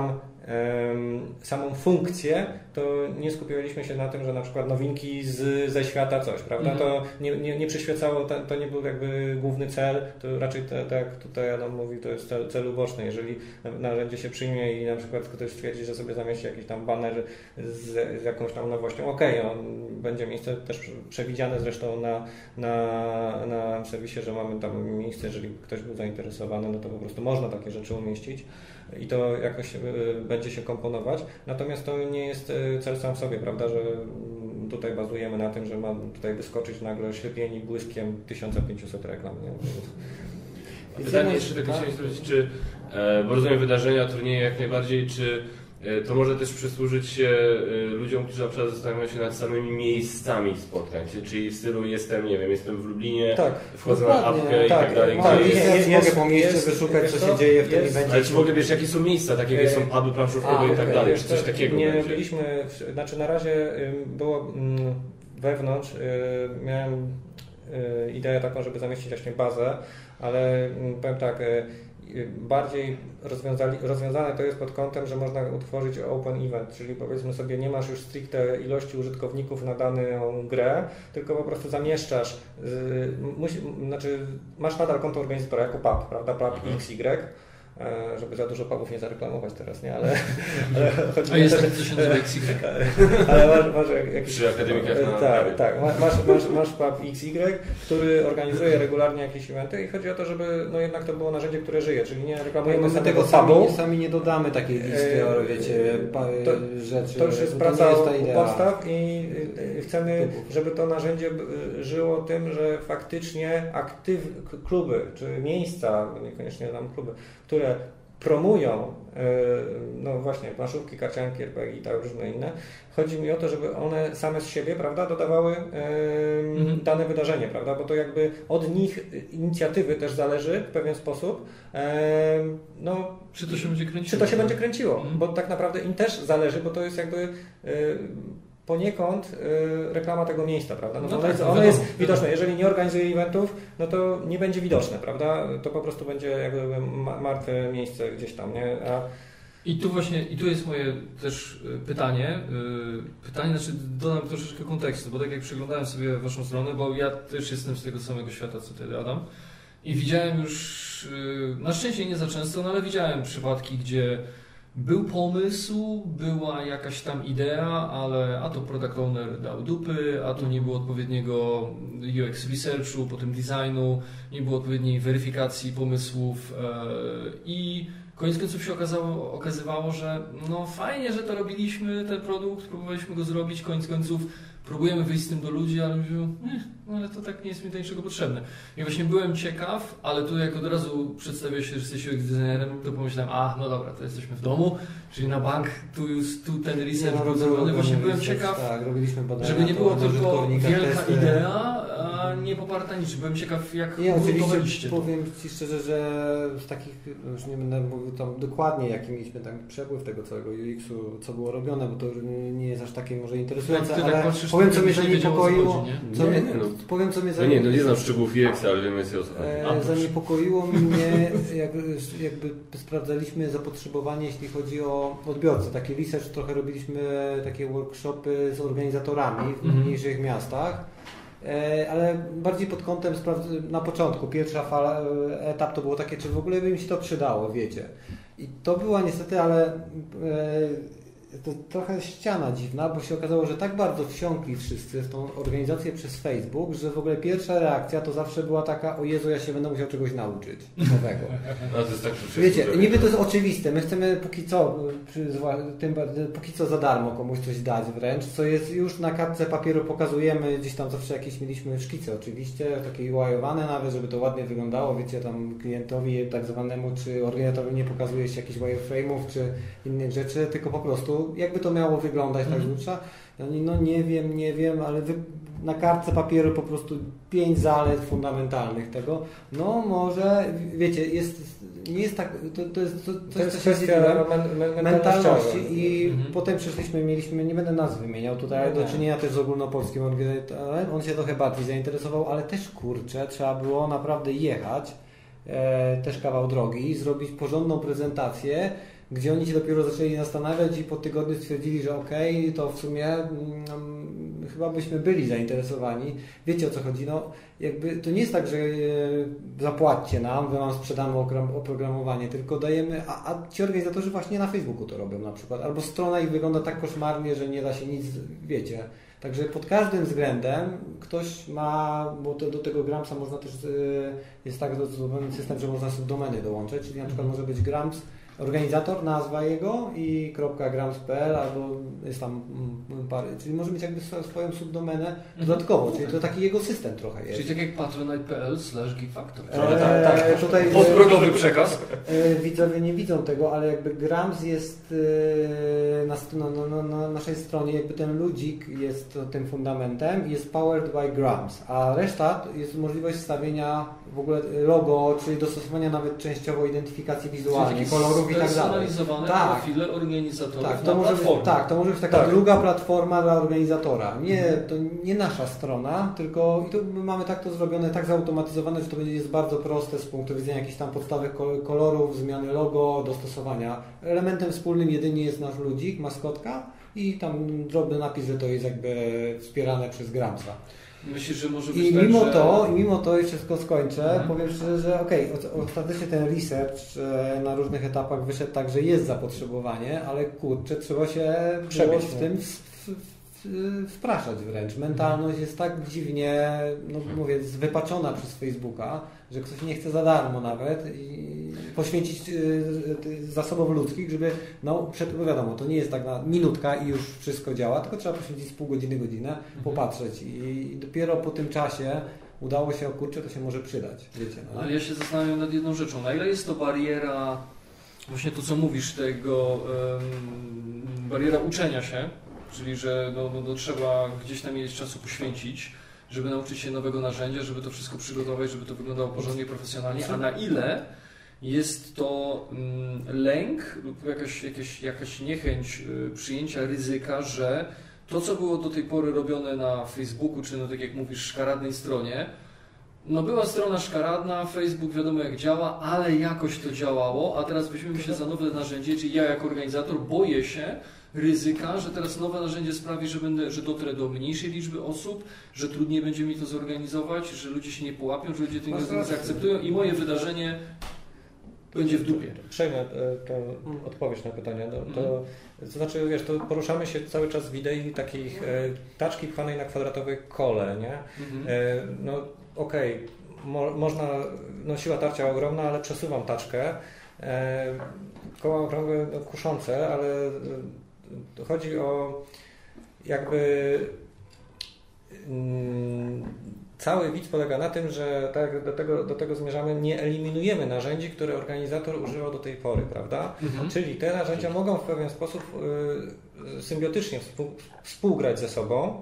samą funkcję, to nie skupialiśmy się na tym, że na przykład nowinki ze świata coś, prawda? To nie przyświecało, to nie był jakby główny cel, to raczej tak jak tutaj Adam mówi, to jest cel uboczny. Jeżeli narzędzie się przyjmie i na przykład ktoś stwierdzi, że sobie zamieści jakiś tam baner z jakąś tam nowością, on będzie miejsce też przewidziane zresztą na serwisie, że mamy tam miejsce, jeżeli ktoś był zainteresowany, no to po prostu można takie rzeczy umieścić i to jakoś będzie się komponować. Natomiast to nie jest cel sam w sobie, prawda, że tutaj bazujemy na tym, że ma tutaj wyskoczyć nagle oślepieni błyskiem 1500 reklam. Nie? Pytanie jeszcze takie chciałem sprawdzić, czy, bo rozumiem wydarzenia, turnieje jak najbardziej, czy to może też przysłużyć się ludziom, którzy na przykład zastanawiają się nad samymi miejscami spotkań, czyli w stylu jestem w Lublinie, wchodzę na apkę i tak dalej. Mogę po mieście wyszukać, co się dzieje w tym evencie. Ale czy w ogóle wiesz, jakie są miejsca, takie jak są puby planszówkowe i tak dalej, czy coś takiego nie będzie? byliśmy, znaczy na razie było wewnątrz, miałem ideę taką, żeby zamieścić właśnie bazę, ale powiem tak, bardziej rozwiązane to jest pod kątem, że można utworzyć open event, czyli powiedzmy sobie nie masz już stricte ilości użytkowników na daną grę, tylko po prostu zamieszczasz, masz nadal konto organizatora jako pub, prawda, pub XY, żeby za dużo pubów nie zareklamować teraz, nie? Ale chodzi a jest taki, co się nazywa XY. Ale masz jakiś... Przy akademikach tak. Masz pub XY, który organizuje regularnie jakieś eventy i chodzi o to, żeby jednak to było narzędzie, które żyje, czyli nie reklamujemy tego pubu. Sami nie dodamy takiej listy, wiecie, rzeczy. To już jest praca u podstaw i chcemy, żeby to narzędzie żyło tym, że faktycznie kluby, czy miejsca, niekoniecznie znam kluby, które promują właśnie planszówki, karcianki, RPG i tak różne inne. Chodzi mi o to, żeby one same z siebie, prawda, dodawały dane wydarzenie, prawda, bo to jakby od nich inicjatywy też zależy w pewien sposób. Czy to się będzie kręciło? Czy to się będzie kręciło, bo tak naprawdę im też zależy, bo to jest jakby poniekąd reklama tego miejsca, prawda? Ono jest widoczne. Jeżeli nie organizuje eventów, no to nie będzie widoczne, prawda? To po prostu będzie jakby martwe miejsce gdzieś tam, nie? I tu jest moje też pytanie, znaczy dodam troszeczkę kontekstu, bo tak jak przeglądałem sobie waszą stronę, bo ja też jestem z tego samego świata, co ty, Adam, i widziałem już, na szczęście nie za często, no ale widziałem przypadki, gdzie był pomysł, była jakaś tam idea, ale a to product owner dał dupy, a to nie było odpowiedniego UX researchu, potem designu, nie było odpowiedniej weryfikacji pomysłów i koniec końców się okazywało, że no fajnie, że to robiliśmy, ten produkt, próbowaliśmy go zrobić, koniec końców próbujemy wyjść z tym do ludzi, ale mówią, ale to tak nie jest mi do niczego potrzebne. I właśnie byłem ciekaw, ale tu jak od razu przedstawiłeś się, że jesteś UX designerem, to pomyślałem, no dobra, to jesteśmy w domu, czyli na bank, tu ten research był zrobiony. Właśnie byłem ciekaw, tak, robiliśmy badania, żeby nie było tylko wielka idea, a nie poparta niczym. Byłem ciekaw, jak oczywiście powiem Ci szczerze, że z takich, już nie będę mówił tam dokładnie, jaki mieliśmy tam przepływ tego całego UX-u, co było robione, bo to nie jest aż takie może interesujące, ale tak powiem, co mnie zaniepokoiło. Powiem, co mnie zaniepokoiło. Nie znam szczegółów UX, ale wiem, co zaniepokoiło mnie, jakby sprawdzaliśmy zapotrzebowanie, jeśli chodzi o odbiorcę. Taki research, trochę robiliśmy takie workshopy z organizatorami w mniejszych miastach. Ale bardziej pod kątem na początku, pierwsza etap to było takie, czy w ogóle by mi się to przydało, wiecie. I to była niestety, ale to trochę ściana dziwna, bo się okazało, że tak bardzo wsiąkli wszyscy w tą organizację przez Facebook, że w ogóle pierwsza reakcja to zawsze była taka, o Jezu, ja się będę musiał czegoś nauczyć nowego. No, to jest tak, wiecie, niby to jest oczywiste, my chcemy póki co za darmo komuś coś dać wręcz, co jest już na kartce papieru pokazujemy, gdzieś tam zawsze jakieś mieliśmy szkice oczywiście, takie UI-owane nawet, żeby to ładnie wyglądało, wiecie, tam klientowi tak zwanemu, czy organizatorowi nie pokazuje się jakichś wireframe'ów, czy innych rzeczy, tylko po prostu jakby to miało wyglądać tak z grubsza. No nie wiem, ale na kartce papieru po prostu 5 zalet fundamentalnych tego. No może, wiecie, nie jest tak, to jest kwestia mentalności i potem mieliśmy, nie będę nazw wymieniał tutaj, do czynienia też z ogólnopolskim organizatorem, on się trochę bardziej zainteresował, ale też kurczę, trzeba było naprawdę jechać też kawał drogi, zrobić porządną prezentację, gdzie oni się dopiero zaczęli zastanawiać i po tygodniu stwierdzili, że okej, to w sumie chyba byśmy byli zainteresowani. Wiecie, o co chodzi? No, jakby to nie jest tak, że zapłaćcie nam, my wam sprzedamy oprogramowanie, tylko dajemy, a ci organizatorzy właśnie na Facebooku to robią na przykład, albo strona ich wygląda tak koszmarnie, że nie da się nic, wiecie. Także pod każdym względem ktoś ma, bo do tego Gramsa można też, jest tak zrobiony system, że można subdomeny dołączyć, czyli na przykład może być Grams, organizator, nazwa jego i .grams.pl albo jest tam parę, czyli może mieć jakby swoją subdomenę dodatkowo, czyli to taki jego system trochę jest. Czyli tak jak patronite.pl/geekfactor. Tak, tutaj podprogowy przekaz. Widzowie nie widzą tego, ale jakby Grams jest na naszej stronie, jakby ten ludzik jest tym fundamentem i jest powered by Grams, a reszta jest możliwość wstawienia w ogóle logo, czyli dostosowania nawet częściowo identyfikacji wizualnej, kolorów i tak dalej. Spersonalizowane profile organizatorów to może platformie. być, to może być taka druga platforma dla organizatora. To nie nasza strona, tylko i to mamy tak to zrobione, tak zautomatyzowane, że to jest bardzo proste z punktu widzenia jakichś tam podstawowych kolorów, zmiany logo, dostosowania. Elementem wspólnym jedynie jest nasz ludzik, maskotka i tam drobny napis, że to jest jakby wspierane przez Gramsa. Myślisz, że może być mimo to jeszcze tylko skończę, powiem szczerze, że ostatecznie ten research na różnych etapach wyszedł tak, że jest zapotrzebowanie, ale kurczę, trzeba się przebić w tym wpraszać wręcz. Mentalność jest tak dziwnie, wypaczona przez Facebooka, że ktoś nie chce za darmo nawet poświęcić zasobów ludzkich, żeby, wiadomo, to nie jest tak na minutka i już wszystko działa, tylko trzeba poświęcić pół godziny, godzinę, popatrzeć i dopiero po tym czasie udało się, to się może przydać. Wiecie, no? Ale ja się zastanawiam nad jedną rzeczą. Na ile jest to bariera, właśnie to co mówisz, bariera uczenia się, czyli że trzeba gdzieś tam mieć czasu poświęcić, żeby nauczyć się nowego narzędzia, żeby to wszystko przygotować, żeby to wyglądało porządnie i profesjonalnie, a na ile jest to lęk lub jakaś niechęć przyjęcia ryzyka, że to, co było do tej pory robione na Facebooku, czy tak jak mówisz, szkaradnej stronie, była strona szkaradna, Facebook wiadomo jak działa, ale jakoś to działało, a teraz weźmiemy się za nowe narzędzie, czyli ja jako organizator boję się ryzyka, że teraz nowe narzędzie sprawi, że dotrę do mniejszej liczby osób, że trudniej będzie mi to zorganizować, że ludzie się nie połapią, że ludzie tego nie zaakceptują i moje wydarzenie będzie w dupie. Przejmę tę odpowiedź na pytanie. To znaczy, wiesz, to poruszamy się cały czas w idei takich taczki pchanej na kwadratowej kole, nie? Można, siła tarcia ogromna, ale przesuwam taczkę. Koła okrągłe kuszące, ale chodzi o jakby cały widz polega na tym, że tak jak do tego zmierzamy, nie eliminujemy narzędzi, które organizator używał do tej pory, prawda? Czyli te narzędzia mogą w pewien sposób symbiotycznie współgrać ze sobą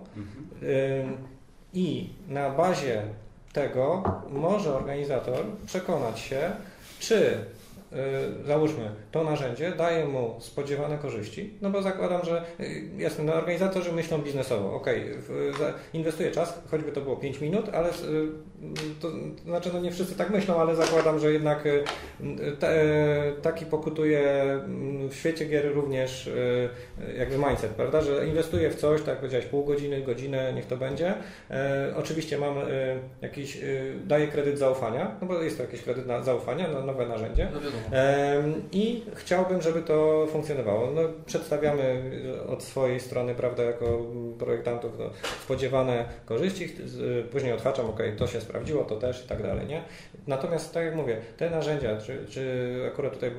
i na bazie tego może organizator przekonać się, czy załóżmy, to narzędzie daje mu spodziewane korzyści, bo zakładam, że jasne, organizatorzy myślą biznesowo, inwestuje czas, choćby to było 5 minut, ale to znaczy, nie wszyscy tak myślą, ale zakładam, że jednak taki pokutuje w świecie gier również jakby mindset, prawda, że inwestuje w coś, tak jak powiedziałeś, pół godziny, godzinę, niech to będzie. Oczywiście mam jakiś, daję kredyt zaufania, bo jest to jakiś kredyt zaufania na nowe narzędzie. I chciałbym, żeby to funkcjonowało. Przedstawiamy od swojej strony, prawda, jako projektantów spodziewane korzyści, później odhaczam, to się sprawdziło, to też i tak dalej, nie? Natomiast tak jak mówię, te narzędzia, czy akurat tutaj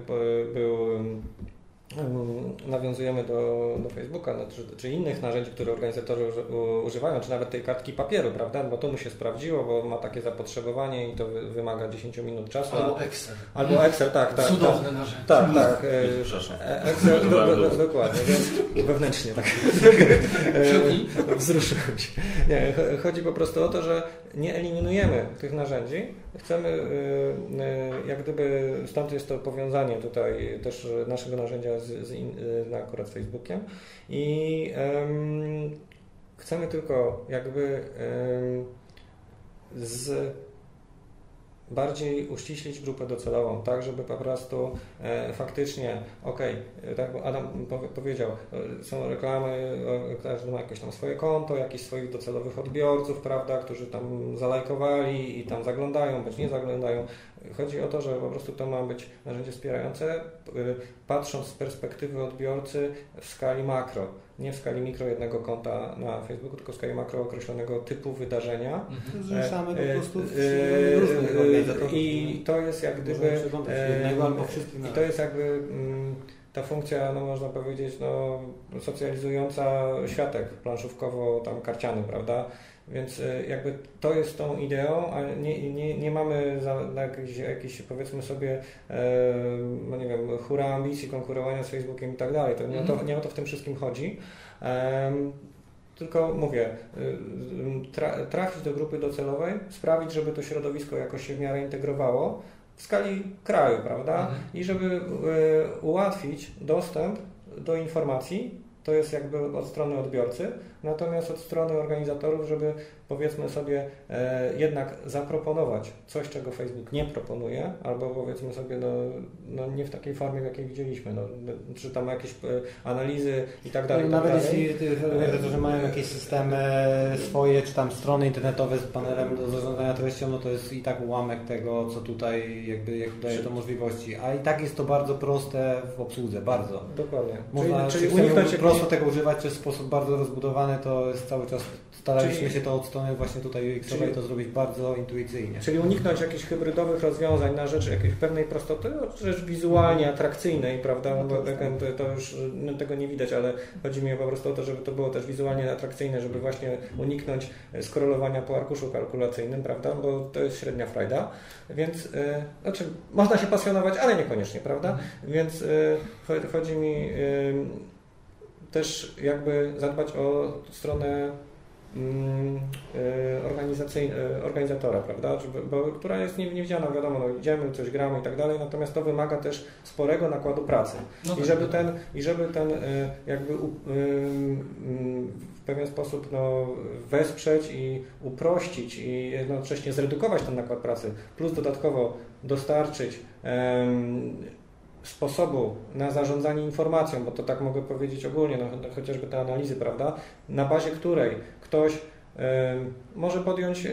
nawiązujemy do Facebooka, czy innych narzędzi, które organizatorzy używają, czy nawet tej kartki papieru, prawda? Bo to mu się sprawdziło, bo ma takie zapotrzebowanie i to wymaga 10 minut czasu. Albo Excel, tak. Cudowne narzędzie. Tak. Excel, dokładnie, więc wewnętrznie tak. Wzruszyłem się. Nie, chodzi po prostu o to, że nie eliminujemy tych narzędzi. Chcemy, jak gdyby, stąd jest to powiązanie tutaj też naszego narzędzia akurat z Facebookiem i chcemy tylko jakby bardziej uściślić grupę docelową, tak, żeby po prostu faktycznie, tak jak Adam powiedział, są reklamy, każdy ma jakieś tam swoje konto, jakichś swoich docelowych odbiorców, prawda, którzy tam zalajkowali i tam zaglądają, bądź nie zaglądają. Chodzi o to, że po prostu to ma być narzędzie wspierające, patrząc z perspektywy odbiorcy w skali makro. Nie w skali mikro jednego konta na Facebooku, tylko w skali makro określonego typu wydarzenia. Zrzucamy po prostu różnych organizatorów. I to jest jak gdyby i to jest jakby ta funkcja, można powiedzieć, socjalizująca światek planszówkowo tam karciany, prawda? Więc jakby to jest tą ideą, a nie mamy jakiś powiedzmy sobie nie wiem, hura ambicji konkurowania z Facebookiem i tak dalej. To nie o to w tym wszystkim chodzi. Tylko mówię, trafić do grupy docelowej, sprawić, żeby to środowisko jakoś się w miarę integrowało, w skali kraju, prawda? I żeby ułatwić dostęp do informacji, to jest jakby od strony odbiorcy, natomiast od strony organizatorów, żeby powiedzmy sobie jednak zaproponować coś, czego Facebook nie proponuje, albo powiedzmy sobie no nie w takiej formie, w jakiej widzieliśmy, czy tam jakieś analizy i tak dalej. Nawet jeśli organizatorzy mają jakieś systemy swoje, czy tam strony internetowe z panelem do zarządzania treścią, no to jest i tak ułamek tego, co tutaj jakby daje to możliwości, a i tak jest to bardzo proste w obsłudze, bardzo. Dokładnie. Czyli uniknąć prosto tego używać, czy w sposób bardzo rozbudowany, to jest cały czas, staraliśmy się to od strony właśnie tutaj UX-owej to zrobić bardzo intuicyjnie. Czyli uniknąć jakichś hybrydowych rozwiązań na rzecz jakiejś pewnej prostoty, rzecz wizualnie atrakcyjnej, prawda, bo to już tego nie widać, ale chodzi mi po prostu o to, żeby to było też wizualnie atrakcyjne, żeby właśnie uniknąć scrollowania po arkuszu kalkulacyjnym, prawda, bo to jest średnia frajda, więc znaczy można się pasjonować, ale niekoniecznie, prawda, więc chodzi mi też jakby zadbać o stronę organizatora, prawda? Która jest niewidziana, wiadomo, idziemy, coś gramy i tak dalej, natomiast to wymaga też sporego nakładu pracy. I żeby ten jakby w pewien sposób wesprzeć i uprościć i jednocześnie zredukować ten nakład pracy, plus dodatkowo dostarczyć sposobu na zarządzanie informacją, bo to tak mogę powiedzieć ogólnie, chociażby te analizy, prawda, na bazie której ktoś może podjąć,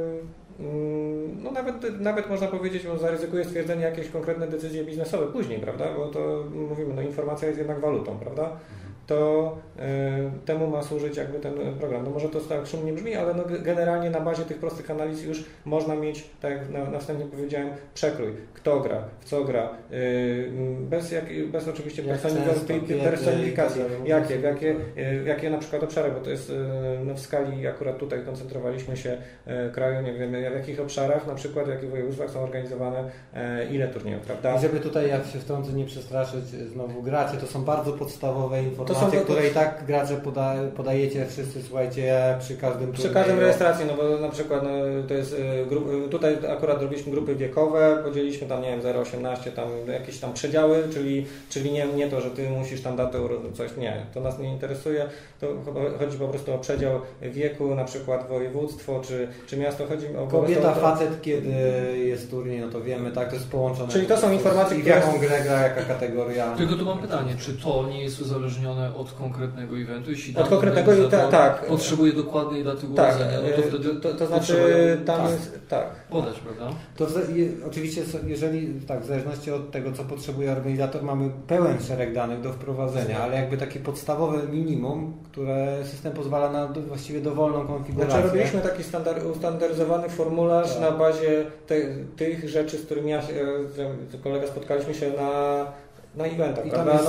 nawet można powiedzieć, zaryzykuje stwierdzenie jakieś konkretne decyzje biznesowe później, prawda, bo to mówimy, informacja jest jednak walutą, prawda, to temu ma służyć jakby ten program. Może to tak szumnie brzmi, ale generalnie na bazie tych prostych analiz już można mieć, tak jak na wstępie powiedziałem, przekrój, kto gra, w co gra, bez oczywiście personifikacji, jakie na przykład obszary, bo to jest w skali, akurat tutaj koncentrowaliśmy się kraju, nie wiem w jakich obszarach, na przykład w jakich województwach są organizowane ile turniejów, prawda? I żeby tutaj, jak się wtrącę, nie przestraszyć znowu graczy, to są bardzo podstawowe informacje, które i tak gracze podajecie wszyscy, słuchajcie, przy każdym turnieju. Przy każdym rejestracji, bo na przykład to jest tutaj akurat robiliśmy grupy wiekowe, podzieliliśmy tam, nie wiem, 0,18, tam jakieś tam przedziały, czyli nie to, że ty musisz tam datę coś, nie, to nas nie interesuje, to chodzi po prostu o przedział wieku, na przykład województwo, czy miasto, chodzi o... Kobieta, facet, kiedy jest turniej, no to wiemy, tak, to jest połączone. Czyli to są informacje, i w jaką grę gra, jaka kategoria. Tylko tu mam pytanie, czy to nie jest uzależnione od konkretnego eventu? Jeśli od konkretnego tak. Potrzebuje dokładnej daty urodzenia, no to wtedy to znaczy tam jest podać, prawda? To oczywiście, jeżeli tak, w zależności od tego, co potrzebuje organizator, mamy pełen szereg danych do wprowadzenia, ale jakby takie podstawowe minimum, które system pozwala na właściwie dowolną konfigurację. Znaczy robiliśmy taki ustandaryzowany formularz na bazie tych rzeczy, z którymi kolega spotkaliśmy się na eventach, prawda?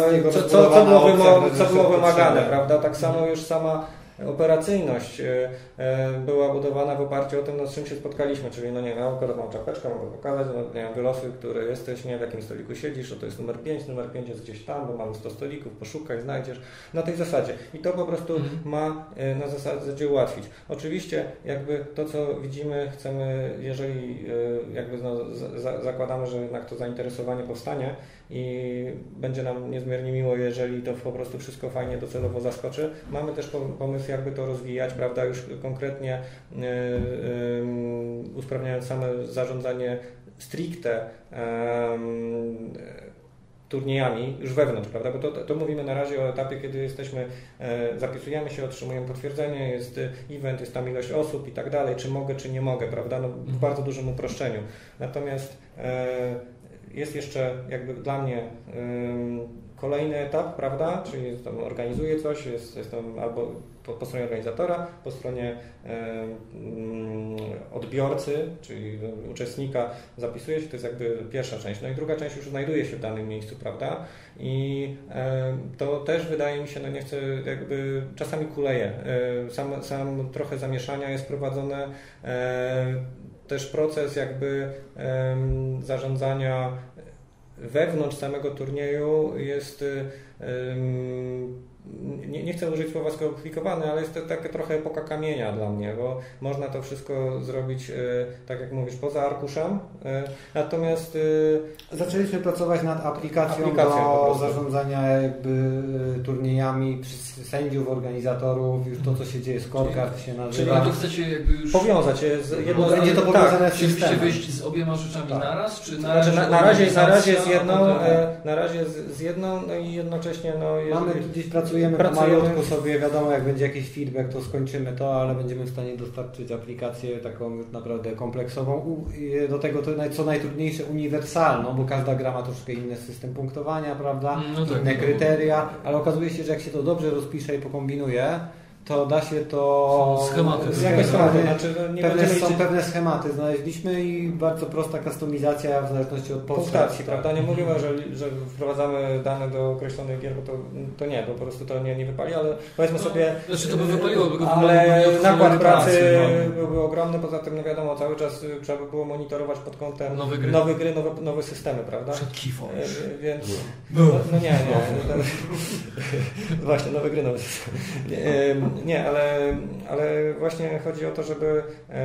Co było wymagane, prawda? Tak samo już sama operacyjność była budowana w oparciu o tym, z czym się spotkaliśmy, czyli akurat mam czapeczkę, mogę pokazać, wylosuj, który jesteś, w jakim stoliku siedzisz, to jest numer 5 jest gdzieś tam, bo mamy 100 stolików, poszukaj, znajdziesz, na tej zasadzie. I to po prostu ma na zasadzie ułatwić. Oczywiście jakby to, co widzimy, chcemy, jeżeli jakby zakładamy, że jednak to zainteresowanie powstanie i będzie nam niezmiernie miło, jeżeli to po prostu wszystko fajnie docelowo zaskoczy. Mamy też pomysł, jakby to rozwijać, prawda, już konkretnie usprawniając same zarządzanie stricte turniejami już wewnątrz, prawda, bo to mówimy na razie o etapie, kiedy jesteśmy, zapisujemy się, otrzymujemy potwierdzenie, jest event, jest tam ilość osób i tak dalej, czy mogę, czy nie mogę, prawda, w bardzo dużym uproszczeniu. Natomiast jest jeszcze jakby dla mnie kolejny etap, prawda, czyli tam organizuję coś, jest tam albo po stronie organizatora, po stronie odbiorcy, czyli uczestnika zapisuje się, to jest jakby pierwsza część. No i druga część już znajduje się w danym miejscu, prawda? I to też wydaje mi się, nie chcę jakby, czasami kuleje, sam trochę zamieszania jest prowadzone, też proces jakby zarządzania wewnątrz samego turnieju jest nie chcę użyć słowa skomplikowany, ale jest to taka trochę epoka kamienia dla mnie, bo można to wszystko zrobić, tak jak mówisz, poza arkuszem. Natomiast zaczęliśmy pracować nad aplikacją do zarządzania jakby turniejami przez sędziów, organizatorów, już to, co się dzieje, scorecard się nazywa. Czyli to chcecie jakby już powiązać je z jedną... Będzie to powiązane z Chcielibyście systemem. wyjść z obiema rzeczami naraz? Czy na razie z jedną, no i jednocześnie mamy gdzieś pracujemy malutko sobie, wiadomo, jak będzie jakiś feedback, to skończymy to, ale będziemy w stanie dostarczyć aplikację taką już naprawdę kompleksową, do tego to co najtrudniejsze, uniwersalną, bo każda gra ma troszkę inny system punktowania, prawda, inne kryteria, ale okazuje się, że jak się to dobrze rozpisze i pokombinuje, to da się to... Schematy. Są pewne schematy znaleźliśmy i bardzo prosta kustomizacja w zależności od punktacji, prawda? Nie mówimy, że wprowadzamy dane do określonych gier, bo to nie, bo po prostu to nie wypali, ale powiedzmy sobie... Znaczy to by wypaliło, ale nakład pracy byłby ogromny, poza tym no wiadomo, cały czas trzeba by było monitorować pod kątem nowe gry, nowe systemy, prawda? Przed kifą. Więc... nie. Właśnie, nowe gry, nowe systemy. Nie, ale właśnie chodzi o to, żeby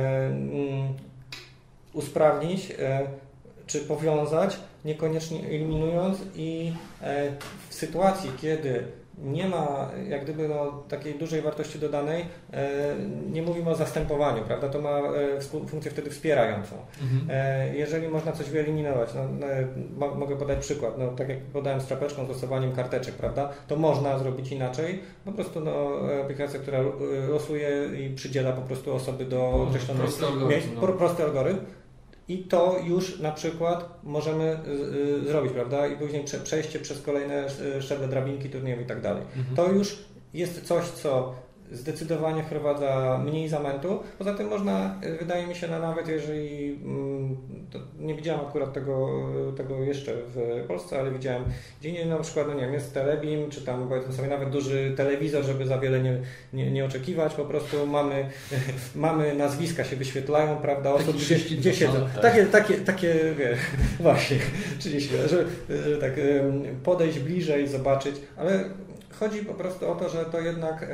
usprawnić czy powiązać, niekoniecznie eliminując i w sytuacji, kiedy nie ma jak gdyby takiej dużej wartości dodanej, nie mówimy o zastępowaniu, prawda? To ma funkcję wtedy wspierającą. Jeżeli można coś wyeliminować, mogę podać przykład, tak jak podałem z czapeczką, stosowaniem karteczek, prawda? To można zrobić inaczej, po prostu aplikacja, która losuje i przydziela po prostu osoby do określonych miejsc, prosty algorytm. I to już na przykład możemy zrobić, prawda? I później przejście przez kolejne szczeble drabinki, turniejów i tak dalej. To już jest coś, co zdecydowanie wprowadza mniej zamętu. Poza tym można, wydaje mi się, nawet jeżeli nie widziałem akurat tego jeszcze w Polsce, ale widziałem gdzie indziej, na przykład, nie wiem, jest Telebim, czy tam powiedzmy sobie nawet duży telewizor, żeby za wiele nie oczekiwać, po prostu mamy nazwiska się wyświetlają, prawda, osób gdzie siedzą. Takie wiesz, właśnie, czyli że tak podejść bliżej, zobaczyć, ale chodzi po prostu o to, że to jednak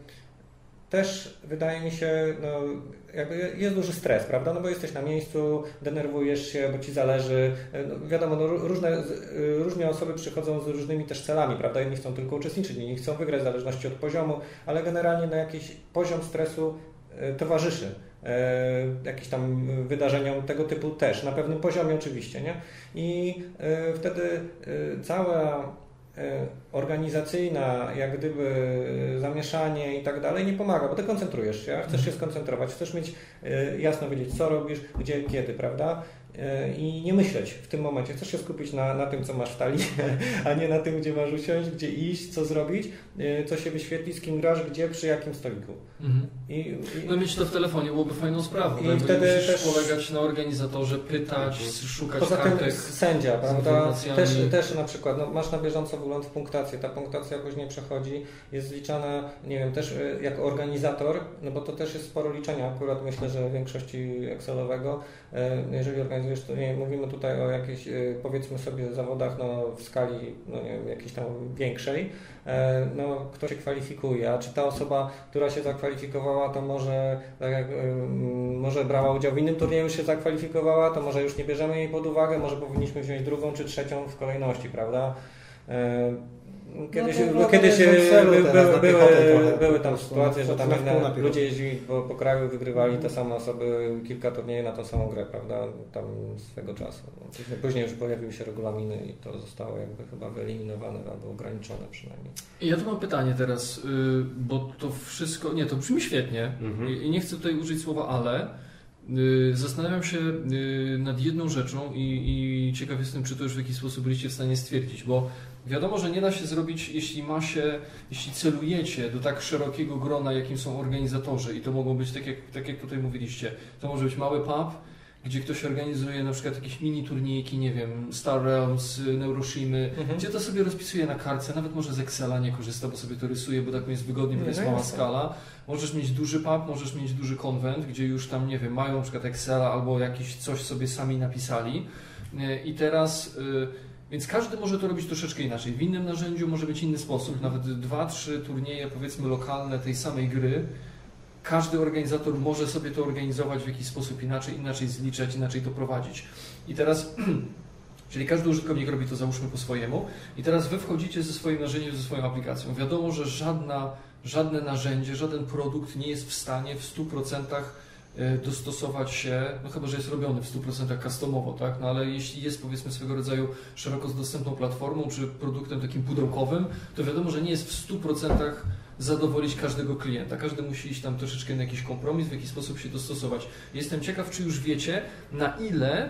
też wydaje mi się, jakby jest duży stres, prawda? No bo jesteś na miejscu, denerwujesz się, bo ci zależy. Wiadomo, różne osoby przychodzą z różnymi też celami, prawda? Jedni chcą tylko uczestniczyć, inni chcą wygrać w zależności od poziomu, ale generalnie jakiś poziom stresu towarzyszy jakimś tam wydarzeniom tego typu też, na pewnym poziomie oczywiście, nie? I wtedy cała organizacyjna, jak gdyby zamieszanie i tak dalej nie pomaga, bo ty koncentrujesz się, chcesz się skoncentrować, chcesz mieć jasno wiedzieć, co robisz, gdzie, kiedy, prawda? I nie myśleć w tym momencie. Chcesz się skupić na tym, co masz w talii, a nie na tym, gdzie masz usiąść, gdzie iść, co zrobić, co się wyświetli, z kim grasz, gdzie, przy jakim stoliku. No mieć to w telefonie byłoby fajną sprawą. I wtedy musisz polegać na organizatorze, pytać, szukać poza kartek. Tym sędzia, prawda? Też na przykład masz na bieżąco wgląd w punktację. Ta punktacja później przechodzi, jest zliczana, nie wiem, też jako organizator, no bo to też jest sporo liczenia. Akurat myślę, że w większości Excelowego, jeżeli organizujesz, to nie mówimy tutaj o jakichś, powiedzmy sobie, zawodach w skali nie wiem, jakiejś tam większej, kto się kwalifikuje, a czy ta osoba, która się zakwalifikowała, to może, tak jak, może brała udział w innym turnieju, już się zakwalifikowała, to może już nie bierzemy jej pod uwagę, może powinniśmy wziąć drugą czy trzecią w kolejności, prawda? Kiedyś były tam sytuacje, że tam ludzie jeździli po kraju, wygrywali te same osoby kilka turniejów na tą samą grę, prawda? Tam swego czasu. Później już pojawiły się regulaminy i to zostało jakby chyba wyeliminowane albo ograniczone przynajmniej. Ja tu mam pytanie teraz, bo to wszystko, to brzmi świetnie i nie chcę tutaj użyć słowa ale. Zastanawiam się nad jedną rzeczą i ciekaw jestem, czy to już w jakiś sposób byliście w stanie stwierdzić, bo wiadomo, że nie da się zrobić, jeśli celujecie do tak szerokiego grona, jakim są organizatorzy i to mogą być, tak jak tutaj mówiliście, to może być mały pub, gdzie ktoś organizuje na przykład jakieś mini turniejki, nie wiem, Star Realms, Neuroshimy, gdzie to sobie rozpisuje na kartce, nawet może z Excela nie korzysta, bo sobie to rysuje, bo tak mi jest wygodnie, bo jest mała skala. Możesz mieć duży pub, możesz mieć duży konwent, gdzie już tam, nie wiem, mają na przykład Excela albo jakieś coś sobie sami napisali i teraz Więc każdy może to robić troszeczkę inaczej. W innym narzędziu może być inny sposób. Nawet 2-3 turnieje, powiedzmy lokalne tej samej gry. Każdy organizator może sobie to organizować w jakiś sposób inaczej zliczać, inaczej to prowadzić. I teraz, czyli każdy użytkownik robi to, załóżmy, po swojemu. I teraz wy wchodzicie ze swoim narzędziem, ze swoją aplikacją. Wiadomo, że żadne narzędzie, żaden produkt nie jest w stanie w 100% dostosować się, no chyba że jest robiony w 100% customowo, tak? No ale jeśli jest, powiedzmy, swego rodzaju szeroko dostępną platformą czy produktem takim pudełkowym, to wiadomo, że nie jest w 100% zadowolić każdego klienta. Każdy musi iść tam troszeczkę na jakiś kompromis, w jakiś sposób się dostosować. Jestem ciekaw, czy już wiecie, na ile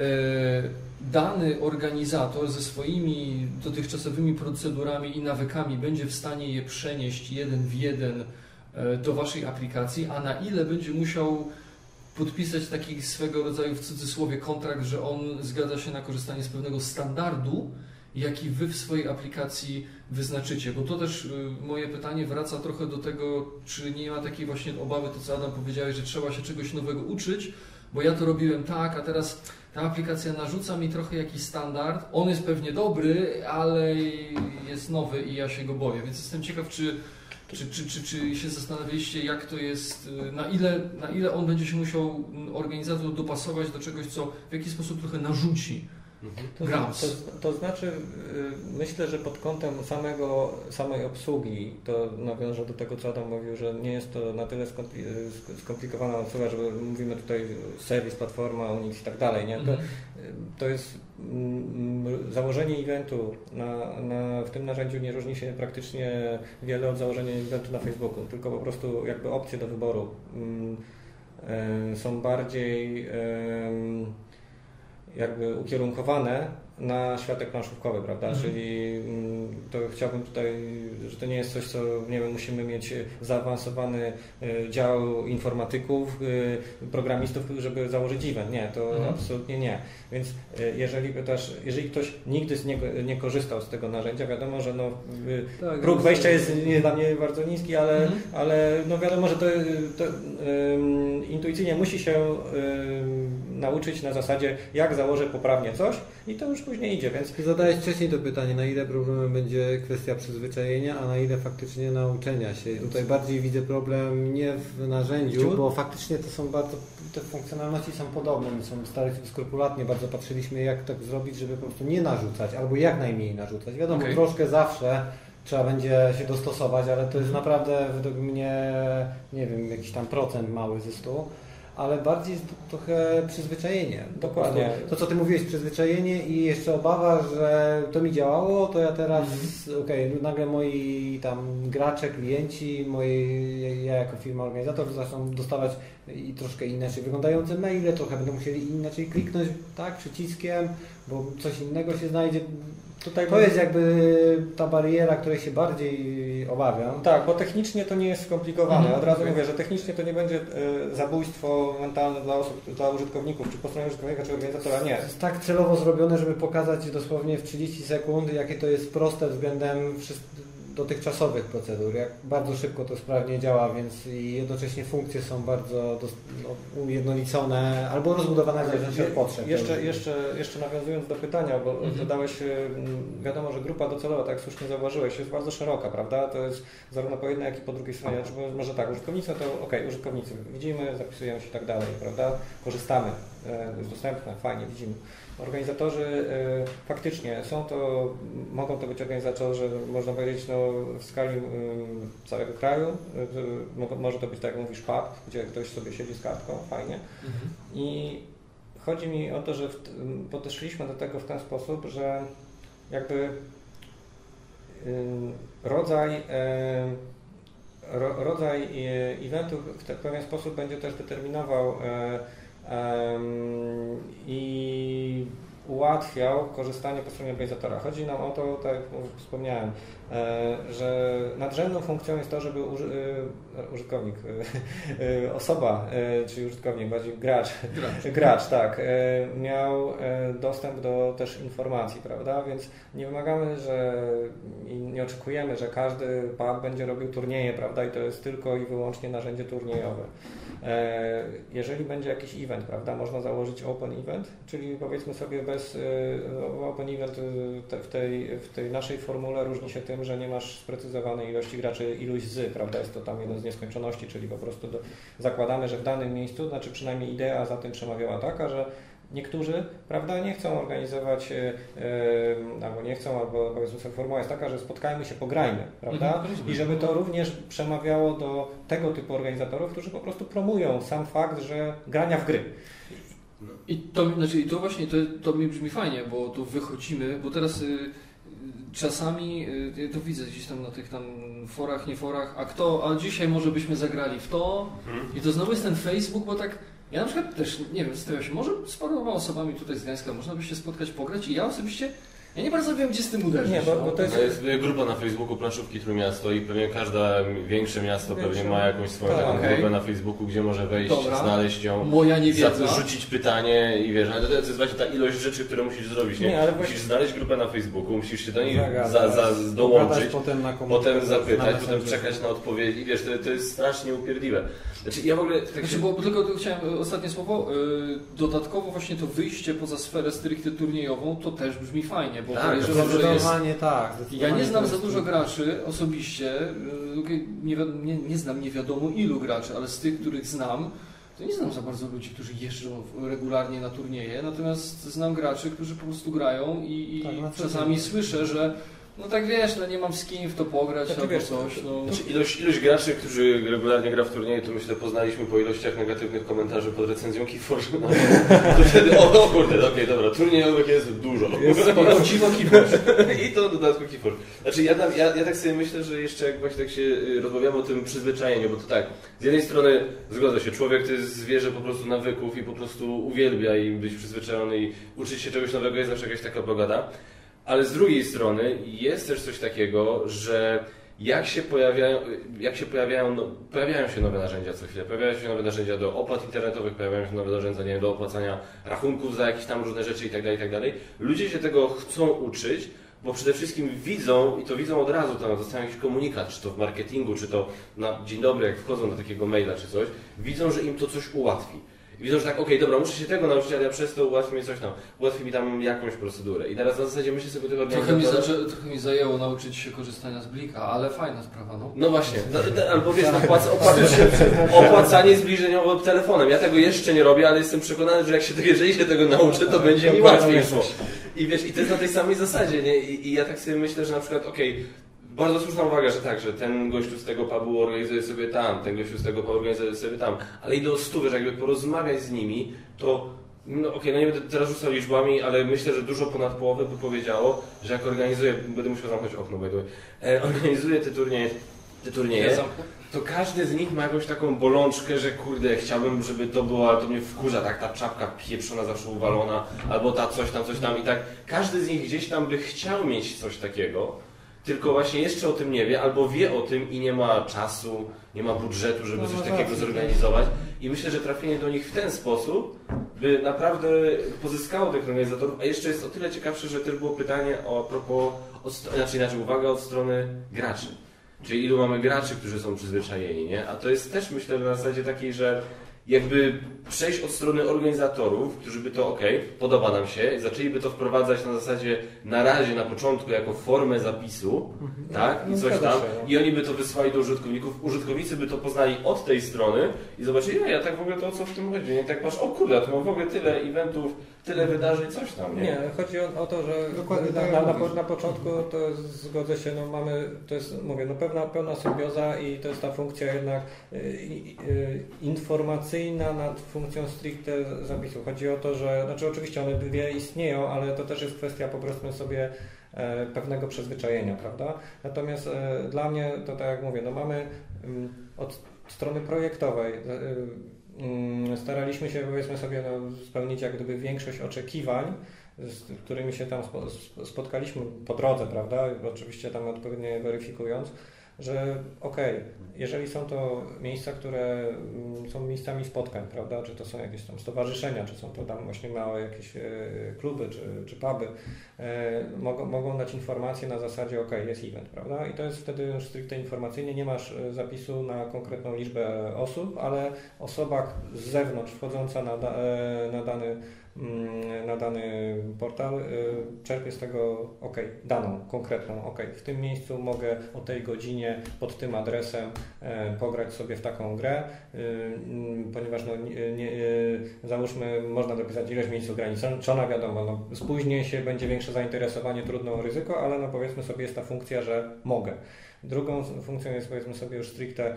dany organizator ze swoimi dotychczasowymi procedurami i nawykami będzie w stanie je przenieść jeden w jeden do waszej aplikacji, a na ile będzie musiał podpisać taki swego rodzaju, w cudzysłowie, kontrakt, że on zgadza się na korzystanie z pewnego standardu, jaki wy w swojej aplikacji wyznaczycie. Bo to też moje pytanie wraca trochę do tego, czy nie ma takiej właśnie obawy, to co Adam powiedziałeś, że trzeba się czegoś nowego uczyć, bo ja to robiłem tak, a teraz ta aplikacja narzuca mi trochę jakiś standard. On jest pewnie dobry, ale jest nowy i ja się go boję. Więc jestem ciekaw, czy się zastanawialiście, jak to jest, na ile on będzie się musiał, organizator, dopasować do czegoś, co w jakiś sposób trochę narzuci. To znaczy, myślę, że pod kątem samej obsługi, to nawiążę do tego, co Adam mówił, że nie jest to na tyle skomplikowana obsługa, że mówimy tutaj serwis, platforma, Unix i tak dalej, nie? To jest założenie eventu w tym narzędziu nie różni się praktycznie wiele od założenia eventu na Facebooku, tylko po prostu jakby opcje do wyboru są bardziej jakby ukierunkowane na światek planszówkowy, prawda? Czyli to chciałbym tutaj, że to nie jest coś, co, nie wiem, musimy mieć zaawansowany dział informatyków, programistów, żeby założyć event. Nie, to absolutnie nie. Więc jeżeli ktoś nigdy nie korzystał z tego narzędzia, wiadomo, że próg wejścia jest dla mnie bardzo niski, ale no wiadomo, że to intuicyjnie musi się nauczyć na zasadzie, jak założę poprawnie coś i to już później idzie, więc... Zadałeś wcześniej to pytanie, na ile problemem będzie kwestia przyzwyczajenia, a na ile faktycznie nauczenia się. Tutaj bardziej widzę problem nie w narzędziu, bo faktycznie to są bardzo, te funkcjonalności są podobne, my są starali się skrupulatnie, bardzo patrzyliśmy, jak tak zrobić, żeby po prostu nie narzucać, albo jak najmniej narzucać. Wiadomo, troszkę zawsze trzeba będzie się dostosować, ale to jest naprawdę według mnie, nie wiem, jakiś tam procent mały ze 100. Ale bardziej jest trochę przyzwyczajenie. Dokładnie. To, co Ty mówiłeś, przyzwyczajenie i jeszcze obawa, że to mi działało, to ja teraz, nagle moi tam gracze, klienci, ja jako firma organizator zaczną dostawać i troszkę inaczej wyglądające maile, trochę będą musieli inaczej kliknąć przyciskiem, bo coś innego się znajdzie. To jest jakby ta bariera, której się bardziej obawiam. Tak, bo technicznie to nie jest skomplikowane. Od razu mówię, że technicznie to nie będzie zabójstwo mentalne dla użytkowników, czy po stronie użytkownika, czy organizatora. Nie. To jest tak celowo zrobione, żeby pokazać dosłownie w 30 sekund, jakie to jest proste względem dotychczasowych procedur, jak bardzo szybko to sprawnie działa, więc jednocześnie funkcje są bardzo ujednolicone albo rozbudowane w zależności od potrzeb. Jeszcze nawiązując do pytania, bo dodałeś, wiadomo, że grupa docelowa, tak jak słusznie zauważyłeś, jest bardzo szeroka, prawda? To jest zarówno po jednej, jak i po drugiej stronie. Może tak, użytkownicy to użytkownicy, widzimy, zapisujemy się i tak dalej, prawda? Korzystamy, jest dostępne, fajnie, widzimy. Organizatorzy faktycznie mogą to być organizatorzy, można powiedzieć, w skali całego kraju. Może to być, tak jak mówisz, pub, gdzie ktoś sobie siedzi z kartką, fajnie. I chodzi mi o to, że podeszliśmy do tego w ten sposób, że jakby rodzaj eventu w pewien sposób będzie też determinował i ułatwiał korzystanie po stronie organizatora. Chodzi nam o to, tak jak wspomniałem, że nadrzędną funkcją jest to, żeby użytkownik, osoba, czyli użytkownik, bardziej gracz, tak, miał dostęp do też informacji, prawda? Więc nie wymagamy, i nie oczekujemy, że każdy pub będzie robił turnieje, prawda? I to jest tylko i wyłącznie narzędzie turniejowe. Jeżeli będzie jakiś event, prawda, można założyć open event, czyli powiedzmy sobie jest Open Event w tej naszej formule różni się tym, że nie masz sprecyzowanej ilości graczy, iluś prawda? Jest to tam jeden z nieskończoności, czyli po prostu zakładamy, że w danym miejscu, znaczy przynajmniej idea za tym przemawiała taka, że niektórzy, prawda, nie chcą organizować, albo nie chcą, albo powiedzmy sobie formuła jest taka, że spotkajmy się, pograjmy, prawda? I żeby to również przemawiało do tego typu organizatorów, którzy po prostu promują sam fakt, że grania w gry. I to właśnie to mi brzmi fajnie, bo tu wychodzimy, bo teraz czasami ja to widzę gdzieś tam na tych tam forach, nie forach, a dzisiaj może byśmy zagrali w to i to znowu jest ten Facebook, bo tak ja na przykład też, nie wiem, zastanawiam się, może z paroma osobami tutaj z Gdańska można by się spotkać, pograć i ja osobiście, ja nie bardzo wiem, gdzie z tym uderzyć. Nie, bo to jest grupa na Facebooku Planszówki Trójmiasto i pewnie każde większe miasto pewnie ma jakąś swoją grupę na Facebooku, gdzie może wejść, znaleźć ją, rzucić pytanie i wiesz, ale to jest właśnie ta ilość rzeczy, które musisz zrobić, nie? Musisz znaleźć grupę na Facebooku, musisz się do niej dołączyć, potem zapytać, potem czekać na odpowiedź i wiesz, to jest strasznie upierdliwe. Znaczy ja w ogóle... bo tylko chciałem ostatnie słowo, dodatkowo właśnie to wyjście poza sferę stricte turniejową, to też brzmi fajnie, bo zdecydowanie tak. Ja nie znam za dużo graczy osobiście, nie znam nie wiadomo ilu graczy, ale z tych, których znam, to nie znam za bardzo ludzi, którzy jeżdżą regularnie na turnieje, natomiast znam graczy, którzy po prostu grają i czasami słyszę, że no tak wiesz, no nie mam z kim w to pograć albo coś. No. Znaczy, ilość graczy, którzy regularnie gra w turnieje, to myślę poznaliśmy po ilościach negatywnych komentarzy pod recenzją Keyforge. No, to wtedy, o kurde, okej, dobra, turniejowych jest dużo. O dziwo Keyforge. I to w dodatku Keyforge. Znaczy ja tak sobie myślę, że jeszcze jak właśnie tak się rozmawiamy o tym przyzwyczajeniu, bo to tak, z jednej strony zgodzę się, człowiek to jest zwierzę po prostu nawyków i po prostu uwielbia i być przyzwyczajony i uczyć się czegoś nowego jest zawsze jakaś taka pogoda. Ale z drugiej strony jest też coś takiego, że pojawiają się nowe narzędzia co chwilę, pojawiają się nowe narzędzia do opłat internetowych, pojawiają się nowe narzędzia nie wiem, do opłacania rachunków za jakieś tam różne rzeczy itd. Ludzie się tego chcą uczyć, bo przede wszystkim widzą, i to widzą od razu, tam dostają jakiś komunikat, czy to w marketingu, czy to na dzień dobry, jak wchodzą do takiego maila czy coś, widzą, że im to coś ułatwi. I widzą, że tak, okej, dobra, muszę się tego nauczyć, ale ja przez to ułatwi mi coś tam, ułatwi mi tam jakąś procedurę. I teraz na zasadzie myślę sobie tego Trochę mi zajęło nauczyć się korzystania z Blika, ale fajna sprawa, no. No właśnie, albo wiesz, opłacanie zbliżeniowo telefonem. Ja tego jeszcze nie robię, ale jestem przekonany, że jeżeli się tego nauczę, to będzie mi łatwiej szło. I wiesz, i to jest na tej samej zasadzie, nie? I ja tak sobie myślę, że na przykład, bardzo słuszna uwaga, że tak, że ten gościu z tego pubu organizuje sobie tam, ten gościu z tego pubu organizuje sobie tam, ale i do 100, że jakby porozmawiać z nimi, to no nie będę teraz rzucał liczbami, ale myślę, że dużo ponad połowę by powiedziało, że jak organizuje, będę musiał zamknąć okno, organizuje te turnieje, to każdy z nich ma jakąś taką bolączkę, że kurde, chciałbym, żeby to była, to mnie wkurza, tak, ta czapka pieprzona zawsze uwalona, albo ta coś tam i tak. Każdy z nich gdzieś tam by chciał mieć coś takiego, tylko właśnie jeszcze o tym nie wie, albo wie o tym i nie ma czasu, nie ma budżetu, żeby coś takiego zorganizować. I myślę, że trafienie do nich w ten sposób by naprawdę pozyskało tych organizatorów. A jeszcze jest o tyle ciekawsze, że też było pytanie a propos, uwaga od strony graczy. Czyli ilu mamy graczy, którzy są przyzwyczajeni, nie? A to jest też myślę na zasadzie takiej, że jakby przejść od strony organizatorów, którzy by to podoba nam się, zaczęliby to wprowadzać na zasadzie na razie, na początku jako formę zapisu, tak, i coś tam, i oni by to wysłali do użytkowników, użytkownicy by to poznali od tej strony i zobaczyli, ja tak w ogóle to o co w tym chodzi, nie? Tak patrz, o kurde, ja tu mam w ogóle tyle eventów, tyle wydarzeń, coś tam, nie? Nie, chodzi o to, że na początku to zgodzę się, to jest, mówię, pełna symbioza i to jest ta funkcja jednak informacyjna nad funkcją stricte zapisu. Chodzi o to, że, oczywiście one dwie istnieją, ale to też jest kwestia po prostu sobie pewnego przyzwyczajenia, prawda? Natomiast dla mnie to tak jak mówię, mamy od strony projektowej staraliśmy się, powiedzmy sobie, spełnić jak gdyby większość oczekiwań, z którymi się tam spotkaliśmy po drodze, prawda? Oczywiście tam odpowiednio weryfikując, że jeżeli są to miejsca, które są miejscami spotkań, prawda, czy to są jakieś tam stowarzyszenia, czy są to tam właśnie małe jakieś kluby, czy puby, mogą dać informacje na zasadzie, jest event, prawda, i to jest wtedy już stricte informacyjnie, nie masz zapisu na konkretną liczbę osób, ale osoba z zewnątrz wchodząca na dany na dany portal, czerpię z tego daną, konkretną, w tym miejscu mogę o tej godzinie pod tym adresem pograć sobie w taką grę, ponieważ załóżmy, można dopisać ilość miejsc ograniczona, wiadomo, spóźnię się, będzie większe zainteresowanie, trudno o ryzyko, ale powiedzmy sobie jest ta funkcja, że mogę. Drugą funkcją jest powiedzmy sobie już stricte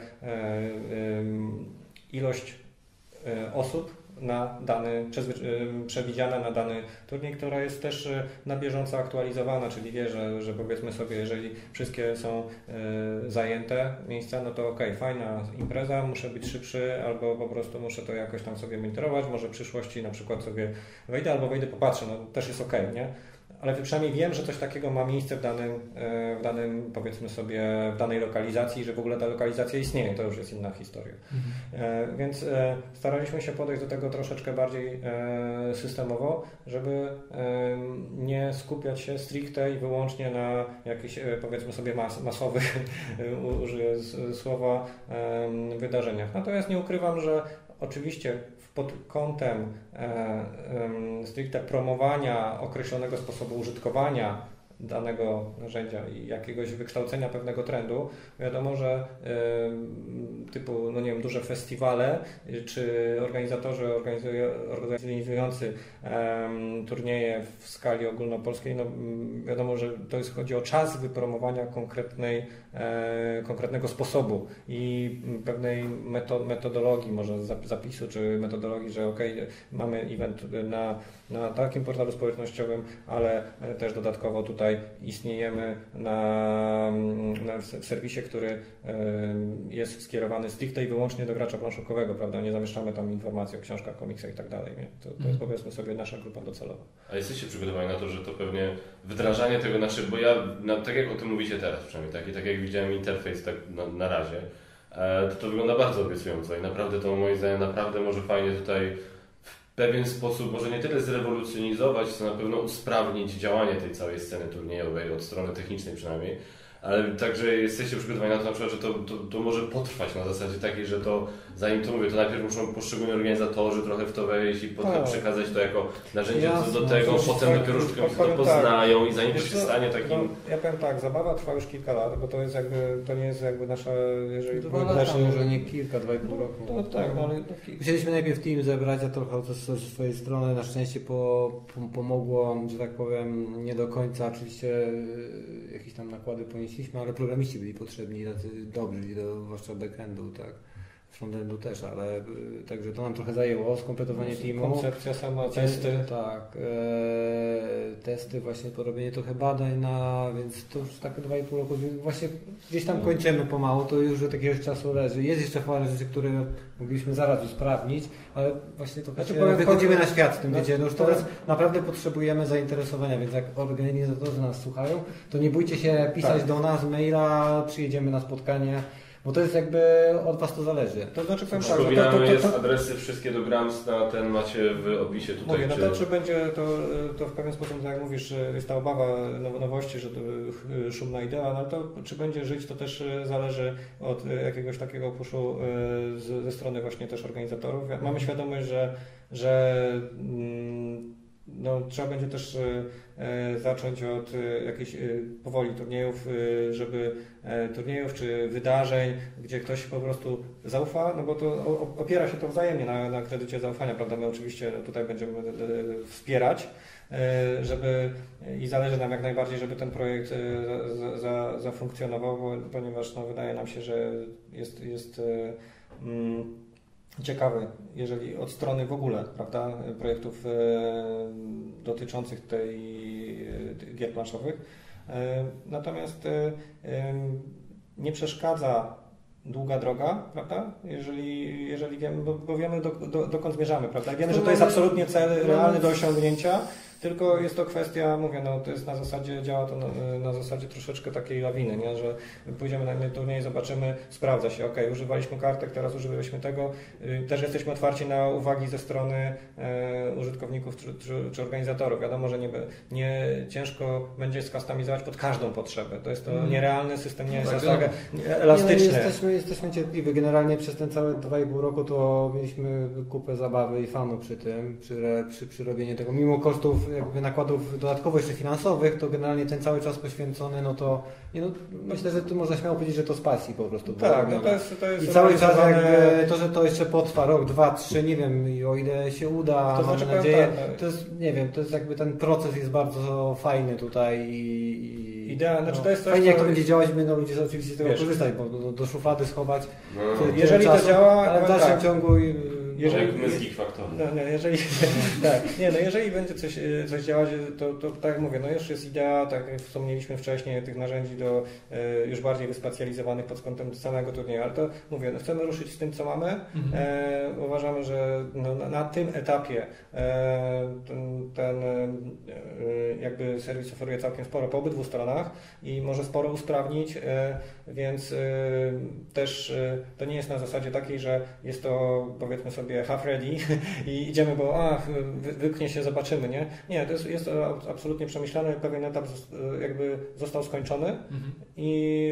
ilość osób przewidziana na dany turniej, która jest też na bieżąco aktualizowana, czyli wie, że powiedzmy sobie, jeżeli wszystkie są zajęte miejsca, no to fajna impreza, muszę być szybszy albo po prostu muszę to jakoś tam sobie monitorować, może w przyszłości na przykład sobie wejdę albo popatrzę, no też jest nie? Ale przynajmniej wiem, że coś takiego ma miejsce w danym powiedzmy sobie, w danej lokalizacji, że w ogóle ta lokalizacja istnieje, to już jest inna historia. Więc staraliśmy się podejść do tego troszeczkę bardziej systemowo, żeby nie skupiać się stricte i wyłącznie na jakichś powiedzmy sobie masowych, użyję słowa, wydarzeniach. Natomiast nie ukrywam, że oczywiście pod kątem stricte promowania określonego sposobu użytkowania danego narzędzia i jakiegoś wykształcenia pewnego trendu, wiadomo, że typu, duże festiwale czy organizatorzy organizujący turnieje w skali ogólnopolskiej, wiadomo, że chodzi o czas wypromowania konkretnego sposobu i pewnej metodologii, może zapisu czy metodologii, że mamy event na takim portalu społecznościowym, ale też dodatkowo tutaj istniejemy w serwisie, który jest skierowany stricte i wyłącznie do gracza planszówkowego, prawda? Nie zamieszczamy tam informacji o książkach, komiksach i tak dalej. To jest powiedzmy sobie nasza grupa docelowa. A jesteście przygotowani na to, że to pewnie wdrażanie tego bo tak jak o tym mówicie teraz przynajmniej, tak jak widziałem interfejs tak na razie, to wygląda bardzo obiecująco i naprawdę to moim zdaniem naprawdę może fajnie tutaj w pewien sposób, może nie tyle zrewolucjonizować, co na pewno usprawnić działanie tej całej sceny turniejowej, od strony technicznej przynajmniej, ale także jesteście przygotowani na to na przykład, że to może potrwać na zasadzie takiej, że to zanim to mówię, to najpierw muszą poszczególni organizatorzy trochę w to wejść i potem przekazać to jako narzędzie do tego, potem dopiero użytkownicy to poznają i zanim to się stanie takim... Ja powiem tak, zabawa trwa już kilka lat, bo to jest to nie jest nasza, jeżeli... 2 lata, może nie kilka, 2,5 roku. Musieliśmy najpierw team zebrać, a trochę ze swojej strony na szczęście pomogło, że tak powiem, nie do końca, oczywiście jakieś tam nakłady ponieśliśmy, ale programiści byli potrzebni, tacy dobrzy, zwłaszcza backendu, tak. Frontendu też, ale także to nam trochę zajęło, skompletowanie teamu. Koncepcja sama, testy. Tak, testy, właśnie porobienie trochę badań, więc to już tak 2,5 roku, właśnie gdzieś tam kończymy pomału, to już od jakiegoś czasu leży. Jest jeszcze parę rzeczy, które mogliśmy zaraz usprawnić, ale właśnie to wychodzimy na świat z tym, wiecie, już teraz naprawdę potrzebujemy zainteresowania, więc jak organizatorzy nas słuchają, to nie bójcie się pisać do nas maila, przyjedziemy na spotkanie. Bo to jest od Was to zależy. To znaczy, jest adresy wszystkie do Grams, macie w opisie tutaj. Mówię, to czy będzie to w pewien sposób, tak jak mówisz, jest ta obawa nowości, że to szumna idea, no to czy będzie żyć, to też zależy od jakiegoś takiego puszu ze strony właśnie też organizatorów. Mamy świadomość, że trzeba będzie też zacząć od jakichś powoli turniejów czy wydarzeń, gdzie ktoś po prostu zaufa, bo to opiera się to wzajemnie na kredycie zaufania, prawda? My oczywiście tutaj będziemy wspierać, i zależy nam jak najbardziej, żeby ten projekt zafunkcjonował, ponieważ wydaje nam się, że jest ciekawy, jeżeli od strony w ogóle, prawda, projektów dotyczących gier planszowych. Natomiast nie przeszkadza długa droga, prawda? Jeżeli wiemy, bo wiemy dokąd zmierzamy, prawda? Wiemy, że to jest absolutnie cel realny do osiągnięcia. tylko jest to kwestia, mówię, no to jest na zasadzie, działa to na zasadzie troszeczkę takiej lawiny, nie? Że pójdziemy na inny turniej, zobaczymy, sprawdza się, ok, używaliśmy kartek, teraz używaliśmy tego, też jesteśmy otwarci na uwagi ze strony użytkowników czy organizatorów. Wiadomo, że nie ciężko będzie skustomizować pod każdą potrzebę, to jest to nierealny system, nie jest tak elastyczny. Jesteśmy cierpliwi, generalnie przez ten cały 2,5 roku to mieliśmy kupę zabawy i fanu przy tym, przy robieniu tego, mimo kosztów jakby nakładów dodatkowo jeszcze finansowych, to generalnie ten cały czas poświęcony, no to myślę, że tu można śmiało powiedzieć, że to z pasji po prostu. Tak, no to jest i cały czas jakby to, że to jeszcze potrwa rok, 2, 3, nie wiem, o ile się uda, to mam nadzieję, to jest, nie wiem, to jest jakby ten proces jest bardzo fajny tutaj idea, znaczy to jest coś, fajnie jak to będzie działać, będą ludzie oczywiście z tego korzystać, bo do szuflady schować. Jeżeli to działa, ale w dalszym ciągu jeżeli będzie coś działać, to tak jak mówię, już jest idea, tak jak wspomnieliśmy wcześniej, tych narzędzi do już bardziej wyspecjalizowanych pod kątem samego turnieju, ale to mówię, chcemy ruszyć z tym, co mamy. Uważamy, że na tym etapie ten jakby serwis oferuje całkiem sporo po obydwu stronach i może sporo usprawnić, więc też to nie jest na zasadzie takiej, że jest to, powiedzmy sobie, half ready i idziemy, bo wyknie się, zobaczymy, nie? Nie, to jest to absolutnie przemyślane, pewien etap jakby został skończony i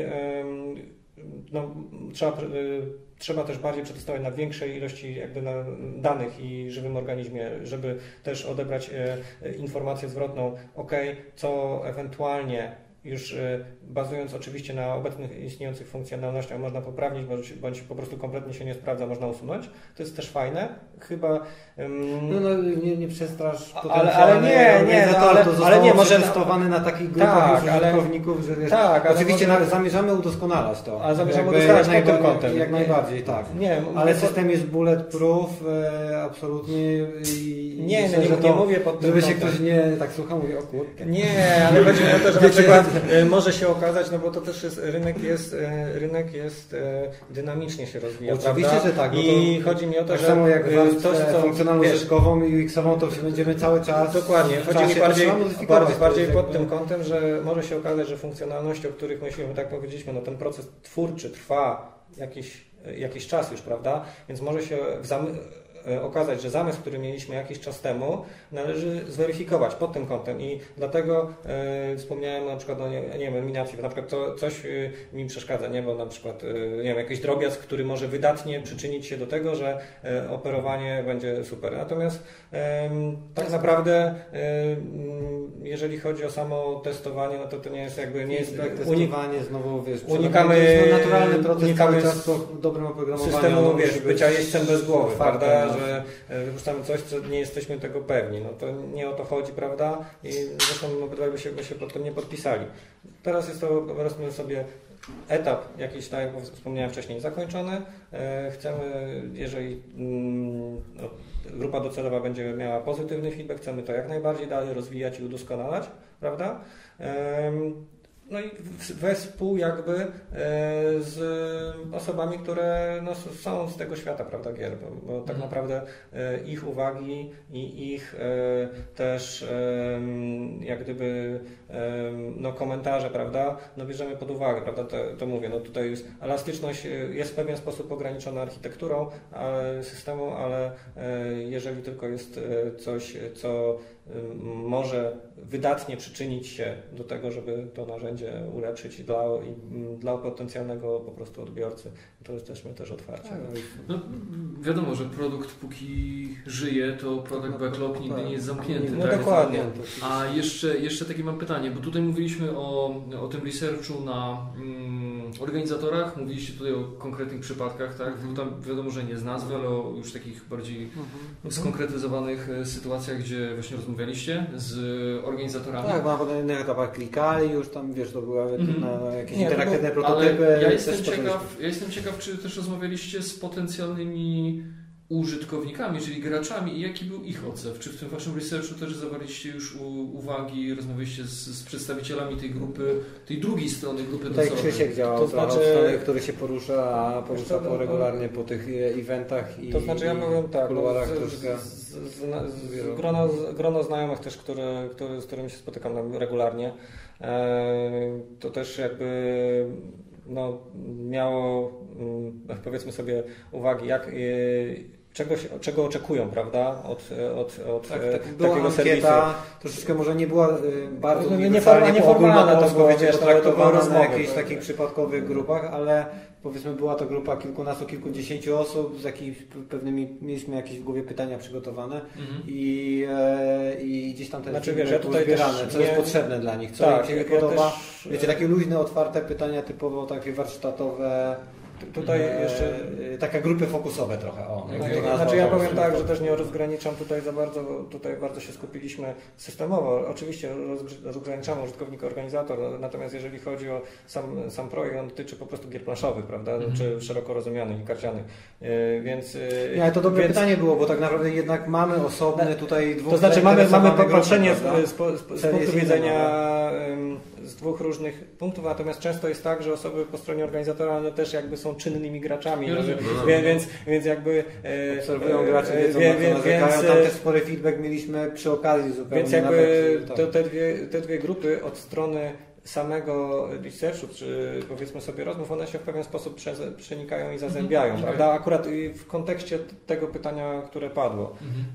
trzeba też bardziej przetestować na większej ilości jakby danych i żywym organizmie, żeby też odebrać informację zwrotną, co ewentualnie już bazując oczywiście na obecnych istniejących funkcjonalnościach można poprawić, bądź po prostu kompletnie się nie sprawdza, można usunąć. To jest też fajne. Chyba... nie przestrasz ale nie, może testowane na takich grupach użytkowników, że wiesz, oczywiście zamierzamy udoskonalać to. A zamierzamy udoskonalać pod tym kątem. Jak najbardziej, tak. Ale system jest bulletproof, absolutnie. Nie mówię pod tym żeby się ktoś nie tak słuchał, mówi o kurkę. Nie, ale chodzi mi o to, że na przykład może się okazać, bo to też jest, rynek jest dynamicznie się rozwija. Oczywiście, prawda? Że tak. I chodzi mi o to, tak że samo jak funkcjonalną użytkową i UX-ową, to się będziemy cały czas. Dokładnie. Chodzi mi bardziej pod tym kątem, że może się okazać, że funkcjonalności, o których myślimy, tak powiedzieliśmy, ten proces twórczy trwa jakiś czas już, prawda? Więc może się okazać, że zamysł, który mieliśmy jakiś czas temu, należy zweryfikować pod tym kątem i dlatego wspomniałem na przykład o eliminacji, bo na przykład coś mi przeszkadza, bo na przykład jakiś drobiazg, który może wydatnie przyczynić się do tego, że operowanie będzie super. Natomiast tak naprawdę jeżeli chodzi o samo testowanie, to nie jest jakby testowanie znowu, wiesz, unikamy naturalny proces cały czas po dobrym oprogramowaniu systemu, bycia jeźdźcem bez głowy, prawda, że wypuszczamy coś, co nie jesteśmy tego pewni. To nie o to chodzi, prawda? I zresztą obydwaj by się pod tym nie podpisali. Teraz jest to, powiedzmy sobie, etap jakiś, tak jak wspomniałem wcześniej, zakończony. Chcemy, jeżeli grupa docelowa będzie miała pozytywny feedback, chcemy to jak najbardziej dalej rozwijać i udoskonalać, prawda? I wespół jakby z osobami, które są z tego świata, prawda, gier, bo tak naprawdę ich uwagi i ich też jak gdyby komentarze, prawda, bierzemy pod uwagę, prawda, to mówię, tutaj jest elastyczność jest w pewien sposób ograniczona architekturą systemu, ale jeżeli tylko jest coś, co może wydatnie przyczynić się do tego, żeby to narzędzie ulepszyć dla potencjalnego po prostu odbiorcy, to jesteśmy też otwarci. Wiadomo, że produkt póki żyje, to product backlog nigdy nie jest zamknięty. Dokładnie. A jeszcze takie mam pytanie, bo tutaj mówiliśmy o tym researchu na organizatorach, mówiliście tutaj o konkretnych przypadkach, tak? Tam wiadomo, że nie z nazwy, ale o już takich bardziej skonkretyzowanych sytuacjach, gdzie właśnie rozmawialiście z organizatorami. Tak, bo na innych etapach klikali już tam, wiesz, to były jakieś interaktywne prototypy. Ja jestem ciekaw, czy też rozmawialiście z potencjalnymi użytkownikami, czyli graczami i jaki był ich odzew? Czy w tym waszym researchu też zawarliście już uwagi, rozmawialiście z przedstawicielami tej grupy, tej drugiej strony grupy docelowej? Tutaj Krzysiek działał, który się porusza regularnie po tych eventach i to znaczy ja powiem tak, kuluarach troszkę. Grono znajomych też, z którymi się spotykam regularnie, to też jakby miało, powiedzmy sobie, uwagi, czego oczekują, prawda, od była takiego ankieta, serwisu. Troszeczkę może nie była bardzo nieformalna, to było, traktowana na jakichś takich przypadkowych grupach, ale powiedzmy była to grupa kilkudziesięciu osób, z jakimiś pewnymi mieliśmy jakieś w głowie pytania przygotowane i gdzieś tam te tutaj zbierane, co jest potrzebne dla nich, co im się nie podoba. Wiecie, takie luźne, otwarte pytania typowo takie warsztatowe. Tutaj jeszcze takie grupy fokusowe trochę. Znaczy ja powiem tak, że też nie rozgraniczam tutaj za bardzo, tutaj bardzo się skupiliśmy systemowo. Oczywiście rozgraniczamy użytkownika, organizator, natomiast jeżeli chodzi o sam projekt, on dotyczy po prostu gier planszowych, prawda, czy szeroko rozumianych i karcianych. Więc to dobre pytanie było, bo tak naprawdę jednak mamy osobne tutaj dwóch. To znaczy mamy patrzenie z punktu widzenia z dwóch różnych punktów, natomiast często jest tak, że osoby po stronie organizatora one też jakby są czynnymi graczami, więc jakby obserwują graczy, wiedzą, tam też spory feedback mieliśmy przy okazji zupełnie. Więc jakby te dwie grupy od strony samego researchu, czy powiedzmy sobie rozmów, one się w pewien sposób przenikają i zazębiają, prawda? Akurat w kontekście tego pytania, które padło.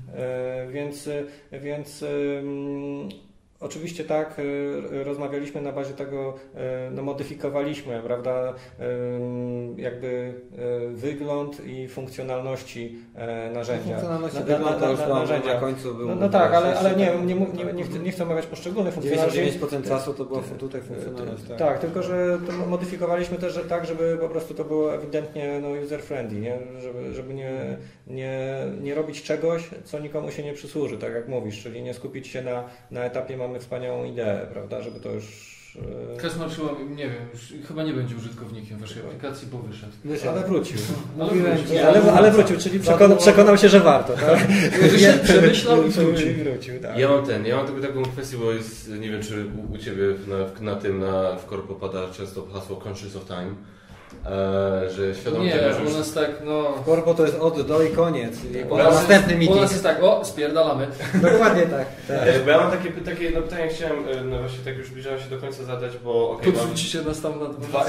Więc oczywiście tak, rozmawialiśmy na bazie tego, modyfikowaliśmy, prawda, jakby wygląd i funkcjonalności narzędzia. Funkcjonalności narzędzia na końcu było. No tak, ale nie chcę omawiać poszczególnych funkcjonalności. 99% czasu to była tutaj funkcjonalność. Tak, tylko że to modyfikowaliśmy też tak, żeby po prostu to było ewidentnie user-friendly, nie? Żeby nie robić czegoś, co nikomu się nie przysłuży, tak jak mówisz, czyli nie skupić się na etapie mamy wspaniałą ideę, prawda, żeby to już... Kresmar nie wiem, już chyba nie będzie użytkownikiem waszej aplikacji, bo wyszedł. Ale wrócił. Ale wrócił, czyli przekonał się, że warto. Tak? Przemyślał i wrócił. Tak. Ja mam tylko taką kwestię, bo jest, nie wiem czy u Ciebie w Corpo pada często hasło Conscious of Time. Że świadomie tego, że u nas tak, Corpo to jest od do i koniec. Następny meeting. U nas jest tak, spierdalamy. Dokładnie tak. Bo ja mam takie pytanie, chciałem, właśnie tak już zbliżałem się do końca zadać, bo podrzucicie nas tam na dwa.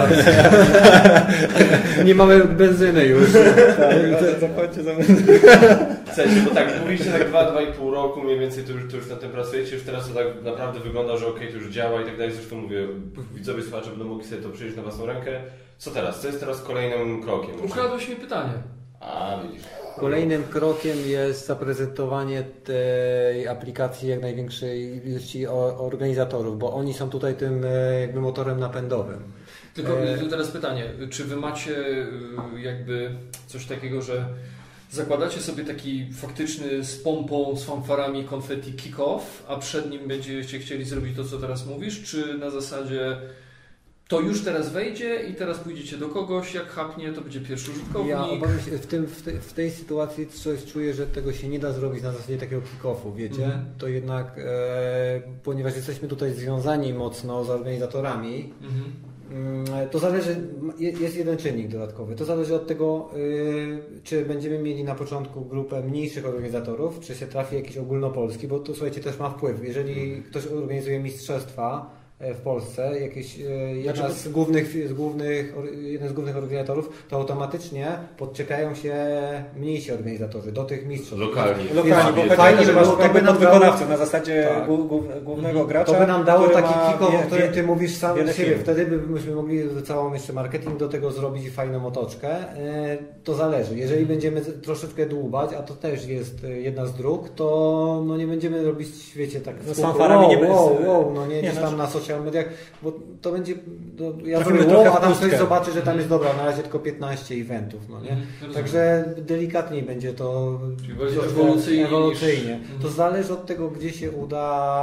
Nie mamy benzyny już. Zapłaćcie za w sensie, bo tak, mówiliście tak 2,5 roku mniej więcej, to już na tym pracujecie, już teraz to tak naprawdę wygląda, że to już działa i tak dalej, zresztą mówię, widzowie, słuchacze będą mogli sobie to przyjrzeć na własną rękę. Co teraz? Co jest teraz kolejnym krokiem? Ukradłeś mi pytanie. Widzisz. Kolejnym krokiem jest zaprezentowanie tej aplikacji jak największej ilości organizatorów, bo oni są tutaj tym jakby motorem napędowym. Tylko teraz pytanie, czy wy macie jakby coś takiego, że zakładacie sobie taki faktyczny z pompą, z fanfarami konfetti kick-off, a przed nim będziecie chcieli zrobić to, co teraz mówisz, czy na zasadzie to już teraz wejdzie i teraz pójdziecie do kogoś, jak chapnie, to będzie pierwszy użytkownik? Ja obawiam się, w tej sytuacji coś czuję, że tego się nie da zrobić na zasadzie takiego kick-offu, wiecie? To jednak, ponieważ jesteśmy tutaj związani mocno z organizatorami, to zależy, jest jeden czynnik dodatkowy, to zależy od tego, czy będziemy mieli na początku grupę mniejszych organizatorów, czy się trafi jakiś ogólnopolski, bo to słuchajcie też ma wpływ. Jeżeli ktoś organizuje mistrzostwa w Polsce, jeden z głównych organizatorów, to automatycznie podczekają się mniejsi organizatorzy do tych mistrzostw. Lokalni, bo fajnie, że masz podwykonawców na zasadzie głównego gracza. To by nam dało taki kick-off, o którym Ty mówisz sam z siebie. Wtedy byśmy mogli całą jeszcze marketing do tego zrobić i fajną otoczkę. To zależy. Jeżeli będziemy troszeczkę dłubać, a to też jest jedna z dróg, to nie będziemy robić, wiecie, tak z fanfarami gdzieś tam na social mediach, bo to będzie, ja zrobię a tam ktoś zobaczy, że tam jest dobra, na razie tylko 15 eventów, Także delikatniej będzie to ewolucyjnie. To zależy od tego, gdzie się uda.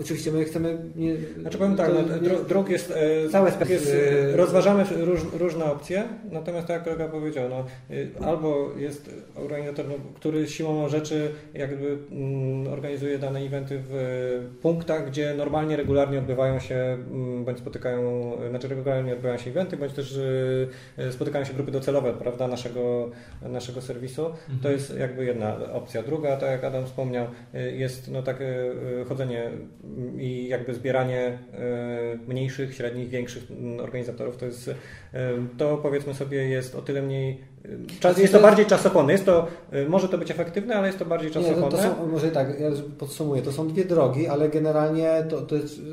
Oczywiście my chcemy... Znaczy powiem tak, dróg jest... rozważamy różne opcje, natomiast tak jak kolega powiedział, albo jest organizator, który siłą rzeczy jakby organizuje dane eventy w punktach, gdzie normalnie, regularnie odbywają się, bądź spotykają, regularnie odbywają się eventy, bądź też spotykają się grupy docelowe, prawda, naszego serwisu. To jest jakby jedna opcja. Druga, tak jak Adam wspomniał, jest takie chodzenie i jakby zbieranie mniejszych, średnich, większych organizatorów. To powiedzmy sobie jest o tyle mniej... Jest to bardziej czasochłonne. Może to być efektywne, ale jest to bardziej czasochłonne. Może tak, ja podsumuję. To są dwie drogi, ale generalnie to jest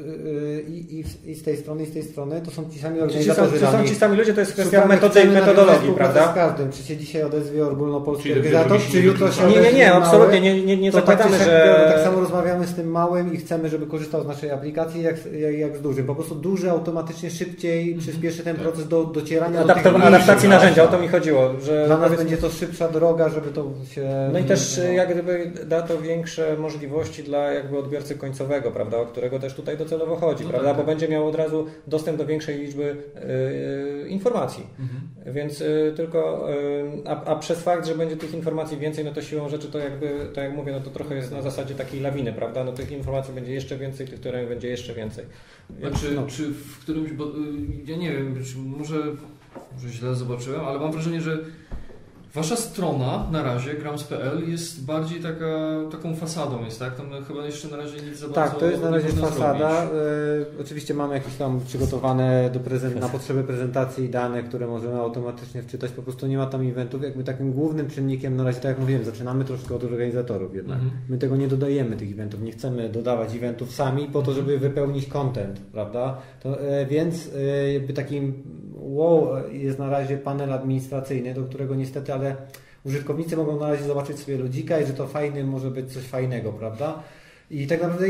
i z tej strony, i z tej strony to są ci sami organizatorzy. To są ci sami ludzie, to jest kwestia metodologii, prawda? Z każdym. Czy się dzisiaj odezwie ogólnopolski organizator, czy jutro się Nie, absolutnie nie zakładamy, że... Tak samo rozmawiamy z tym małym i chcemy, żeby korzystał z naszej aplikacji jak z dużym. Po prostu duży automatycznie szybciej przyspieszy ten proces docierania do tych adaptacji narzędzia, o to mi chodziło. Że dla nas będzie to szybsza droga, żeby to się... No i też jak gdyby da to większe możliwości dla jakby odbiorcy końcowego, prawda, o którego też tutaj docelowo chodzi, prawda, bo będzie miał od razu dostęp do większej liczby informacji. Więc tylko, a przez fakt, że będzie tych informacji więcej, no to siłą rzeczy to jakby, tak jak mówię, no to trochę jest na zasadzie takiej lawiny, prawda, no tych informacji będzie jeszcze więcej, tych terenów będzie jeszcze więcej. Czy w którymś, bo ja nie wiem, może źle zobaczyłem, ale mam wrażenie, że wasza strona na razie, grams.pl, jest bardziej taką fasadą jest, tak? Tam chyba jeszcze na razie nic za bardzo. Tak, to jest na razie fasada. Oczywiście mamy jakieś tam przygotowane na potrzeby prezentacji dane, które możemy automatycznie wczytać. Po prostu nie ma tam eventów. Jakby takim głównym czynnikiem na razie, tak jak mówiłem, zaczynamy troszkę od organizatorów jednak. My tego nie dodajemy, tych eventów. Nie chcemy dodawać eventów sami po to, żeby wypełnić content, prawda? Więc jakby takim jest na razie panel administracyjny, do którego niestety, ale użytkownicy mogą na razie zobaczyć sobie lodzika i że to fajny może być coś fajnego, prawda? I tak naprawdę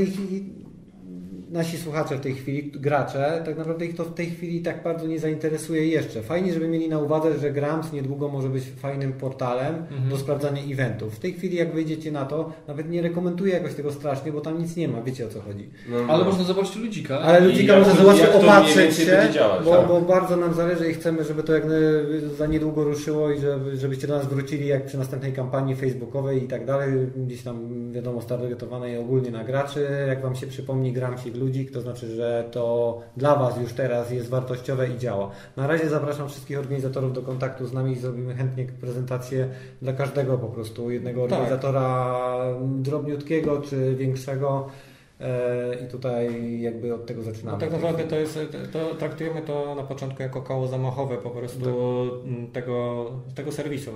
nasi słuchacze w tej chwili, gracze, tak naprawdę ich to w tej chwili tak bardzo nie zainteresuje jeszcze. Fajnie, żeby mieli na uwadze, że Grams niedługo może być fajnym portalem do sprawdzania eventów. W tej chwili jak wyjdziecie na to, nawet nie rekomenduję jakoś tego strasznie, bo tam nic nie ma, wiecie o co chodzi. Ale można zobaczyć ludzika. Ale ludzika można zobaczyć, opatrzyć się, bo bardzo nam zależy i chcemy, żeby to jak za niedługo ruszyło i żebyście do nas wrócili jak przy następnej kampanii facebookowej i tak dalej, gdzieś tam wiadomo stargetowanej ogólnie na graczy, jak wam się przypomni Gramsik ludzik, to znaczy, że to dla was już teraz jest wartościowe i działa. Na razie zapraszam wszystkich organizatorów do kontaktu z nami i zrobimy chętnie prezentację dla każdego po prostu, jednego organizatora drobniutkiego czy większego. I tutaj jakby od tego zaczynamy. No tak naprawdę traktujemy to na początku jako koło zamachowe po prostu tego serwisu.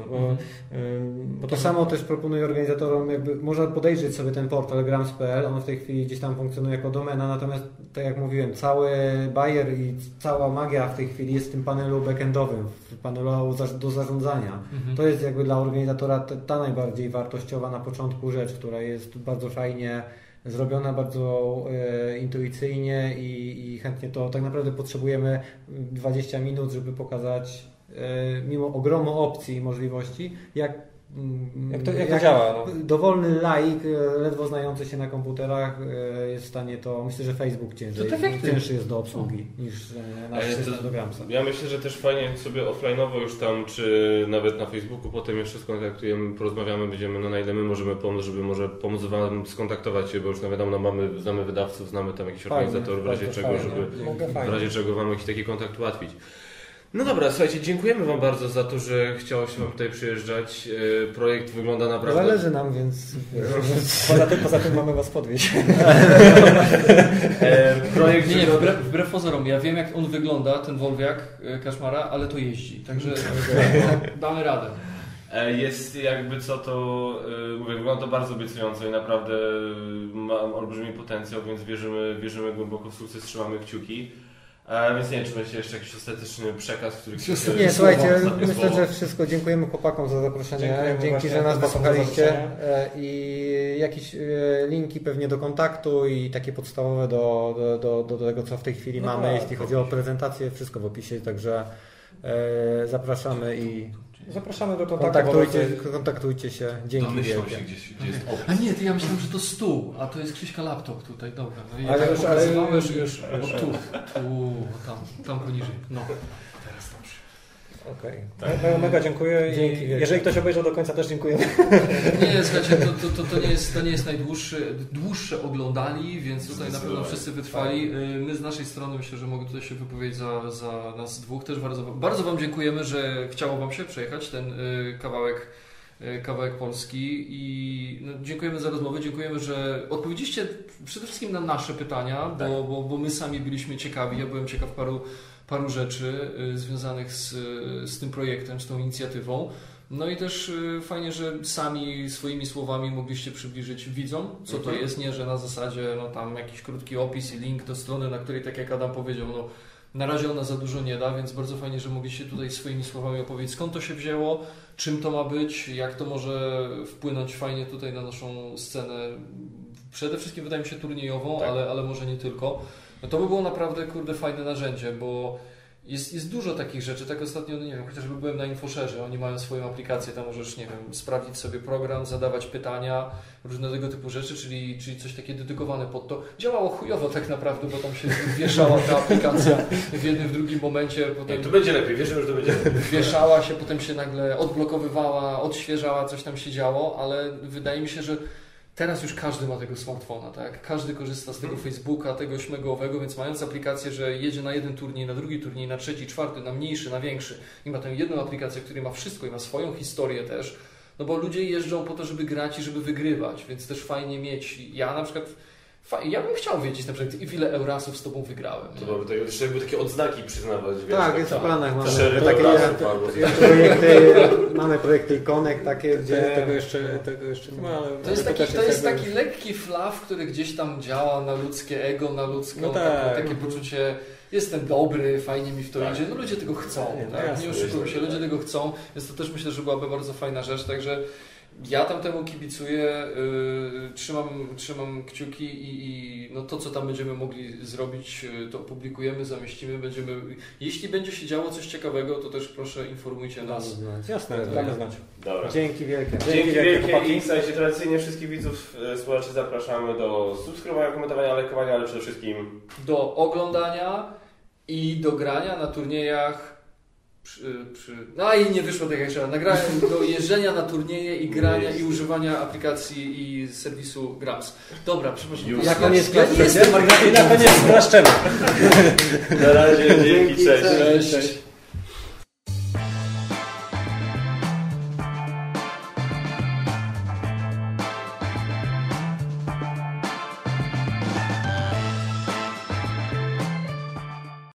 Bo to samo też proponuję organizatorom, jakby można podejrzeć sobie ten portal grams.pl, on w tej chwili gdzieś tam funkcjonuje jako domena, natomiast tak jak mówiłem, cały bajer i cała magia w tej chwili jest w tym panelu backendowym, w panelu do zarządzania. To jest jakby dla organizatora ta najbardziej wartościowa na początku rzecz, która jest bardzo fajnie zrobiona, bardzo intuicyjnie i chętnie to tak naprawdę potrzebujemy 20 minut, żeby pokazać mimo ogromu opcji i możliwości, jak to działa. No. Dowolny laik, ledwo znający się na komputerach jest w stanie to, myślę, że Facebook cięższy jest do obsługi niż nasz system do Gramsa. Ja myślę, że też fajnie sobie offline'owo już tam, czy nawet na Facebooku potem jeszcze skontaktujemy, porozmawiamy, będziemy na ile my możemy pomóc, żeby może pomóc wam skontaktować się, bo już wiadomo, znamy wydawców, znamy tam jakichś organizatorów, w razie czego wam jakiś taki kontakt ułatwić. No dobra, słuchajcie, dziękujemy wam bardzo za to, że chciało się wam tutaj przyjeżdżać. Projekt wygląda naprawdę... Zależy nam, więc... Poza tym mamy was podwieźć. Projekt wbrew pozorom, ja wiem jak on wygląda, ten Wolwiak Kaszmara, ale to jeździ, także damy radę. Jest jakby mówię, wygląda to bardzo obiecująco i naprawdę ma olbrzymi potencjał, więc wierzymy głęboko w sukces, trzymamy kciuki. Więc nie wiem, czy będzie jeszcze jakiś ostateczny przekaz, który... Nie, słuchajcie, myślę, że wszystko. Dziękujemy chłopakom za zaproszenie. Dzięki, że nas wysłuchaliście. I jakieś linki pewnie do kontaktu i takie podstawowe do tego, co w tej chwili mamy, jeśli chodzi o prezentację. Wszystko w opisie, także zapraszamy i Zapraszamy do kontaktu. Kontaktujcie się. Dzięki Domyślą wielkie. się gdzie jest opis. A nie, to ja myślałem, że to stół, a to jest Krzyśka laptop tutaj, dobra. No i Ale tak już, pokazywałem już. O tu, tam poniżej. No, teraz dobrze. Okej. Mega dziękuję. Dzięki wielkie. Jeżeli ktoś obejrzał do końca, też dziękujemy. Nie, słuchajcie, to nie jest dłuższe oglądali, więc tutaj na pewno wszyscy wytrwali. My z naszej strony myślę, że mogę tutaj się wypowiedzieć za nas dwóch. Też bardzo Wam dziękujemy, że chciało Wam się przejechać ten kawałek Polski i no, dziękujemy za rozmowę, dziękujemy, że odpowiedzieliście przede wszystkim na nasze pytania, bo my sami byliśmy ciekawi, ja byłem ciekaw paru rzeczy związanych z tym projektem, z tą inicjatywą. No i też fajnie, że sami swoimi słowami mogliście przybliżyć widzom, co to jest, nie, że na zasadzie no, tam jakiś krótki opis i link do strony, na której, tak jak Adam powiedział, no, na razie ona za dużo nie da, więc bardzo fajnie, że mogliście tutaj swoimi słowami opowiedzieć, skąd to się wzięło, czym to ma być, jak to może wpłynąć fajnie tutaj na naszą scenę, przede wszystkim wydaje mi się turniejową, tak. ale może nie tylko. No to by było naprawdę, kurde, fajne narzędzie, bo jest dużo takich rzeczy. Tak ostatnio, no nie wiem, chociażby byłem na Infoszerze, oni mają swoją aplikację, tam możesz, nie wiem, sprawdzić sobie program, zadawać pytania, różne tego typu rzeczy, czyli coś takie dedykowane pod to. Działało chujowo tak naprawdę, bo tam się wieszała ta aplikacja w jednym, w drugim momencie. Potem nie, to będzie lepiej, wiesz, że to będzie lepiej. Wieszała się, potem się nagle odblokowywała, odświeżała, coś tam się działo, ale wydaje mi się, że teraz już każdy ma tego smartfona, tak? Każdy korzysta z tego Facebooka, tego śmegowego, więc mając aplikację, że jedzie na jeden turniej, na drugi turniej, na trzeci, czwarty, na mniejszy, na większy i ma tę jedną aplikację, która ma wszystko i ma swoją historię też, no bo ludzie jeżdżą po to, żeby grać i żeby wygrywać, więc też fajnie mieć. Ja na przykład, ja bym chciał wiedzieć na przykład, ile Eurasów z Tobą wygrałem. To byłoby to jeszcze jakby takie odznaki przyznawać. Wiesz, tak, jest w planach. Mamy projekty Connect takie, gdzie tego jeszcze nie ma. To jest taki lekki flaw, który gdzieś tam działa na ludzkie ego, na ludzką takie poczucie, jestem dobry, fajnie mi w to idzie. No ludzie tego chcą, nie oszukujmy się, ludzie tego chcą, więc to też myślę, że byłaby bardzo fajna rzecz, także ja tam temu kibicuję, trzymam kciuki i no to, co tam będziemy mogli zrobić, to opublikujemy, zamieścimy, jeśli będzie się działo coś ciekawego, to też proszę informujcie nas. Jasne, damy znać. Dobra. Dzięki wielkie. Dzięki wielkie i w sensie tradycyjnie wszystkich widzów, słuchaczy zapraszamy do subskrybowania, komentowania, lajkowania, ale przede wszystkim do oglądania i do grania na turniejach. No i nie wyszło tak jak trzeba. Nagrałem do jeżdżenia na turnieje i grania i używania aplikacji i serwisu Grams. Dobra, przepraszam. Na koniec na koniec klaszczemy. na razie, dzięki, cześć.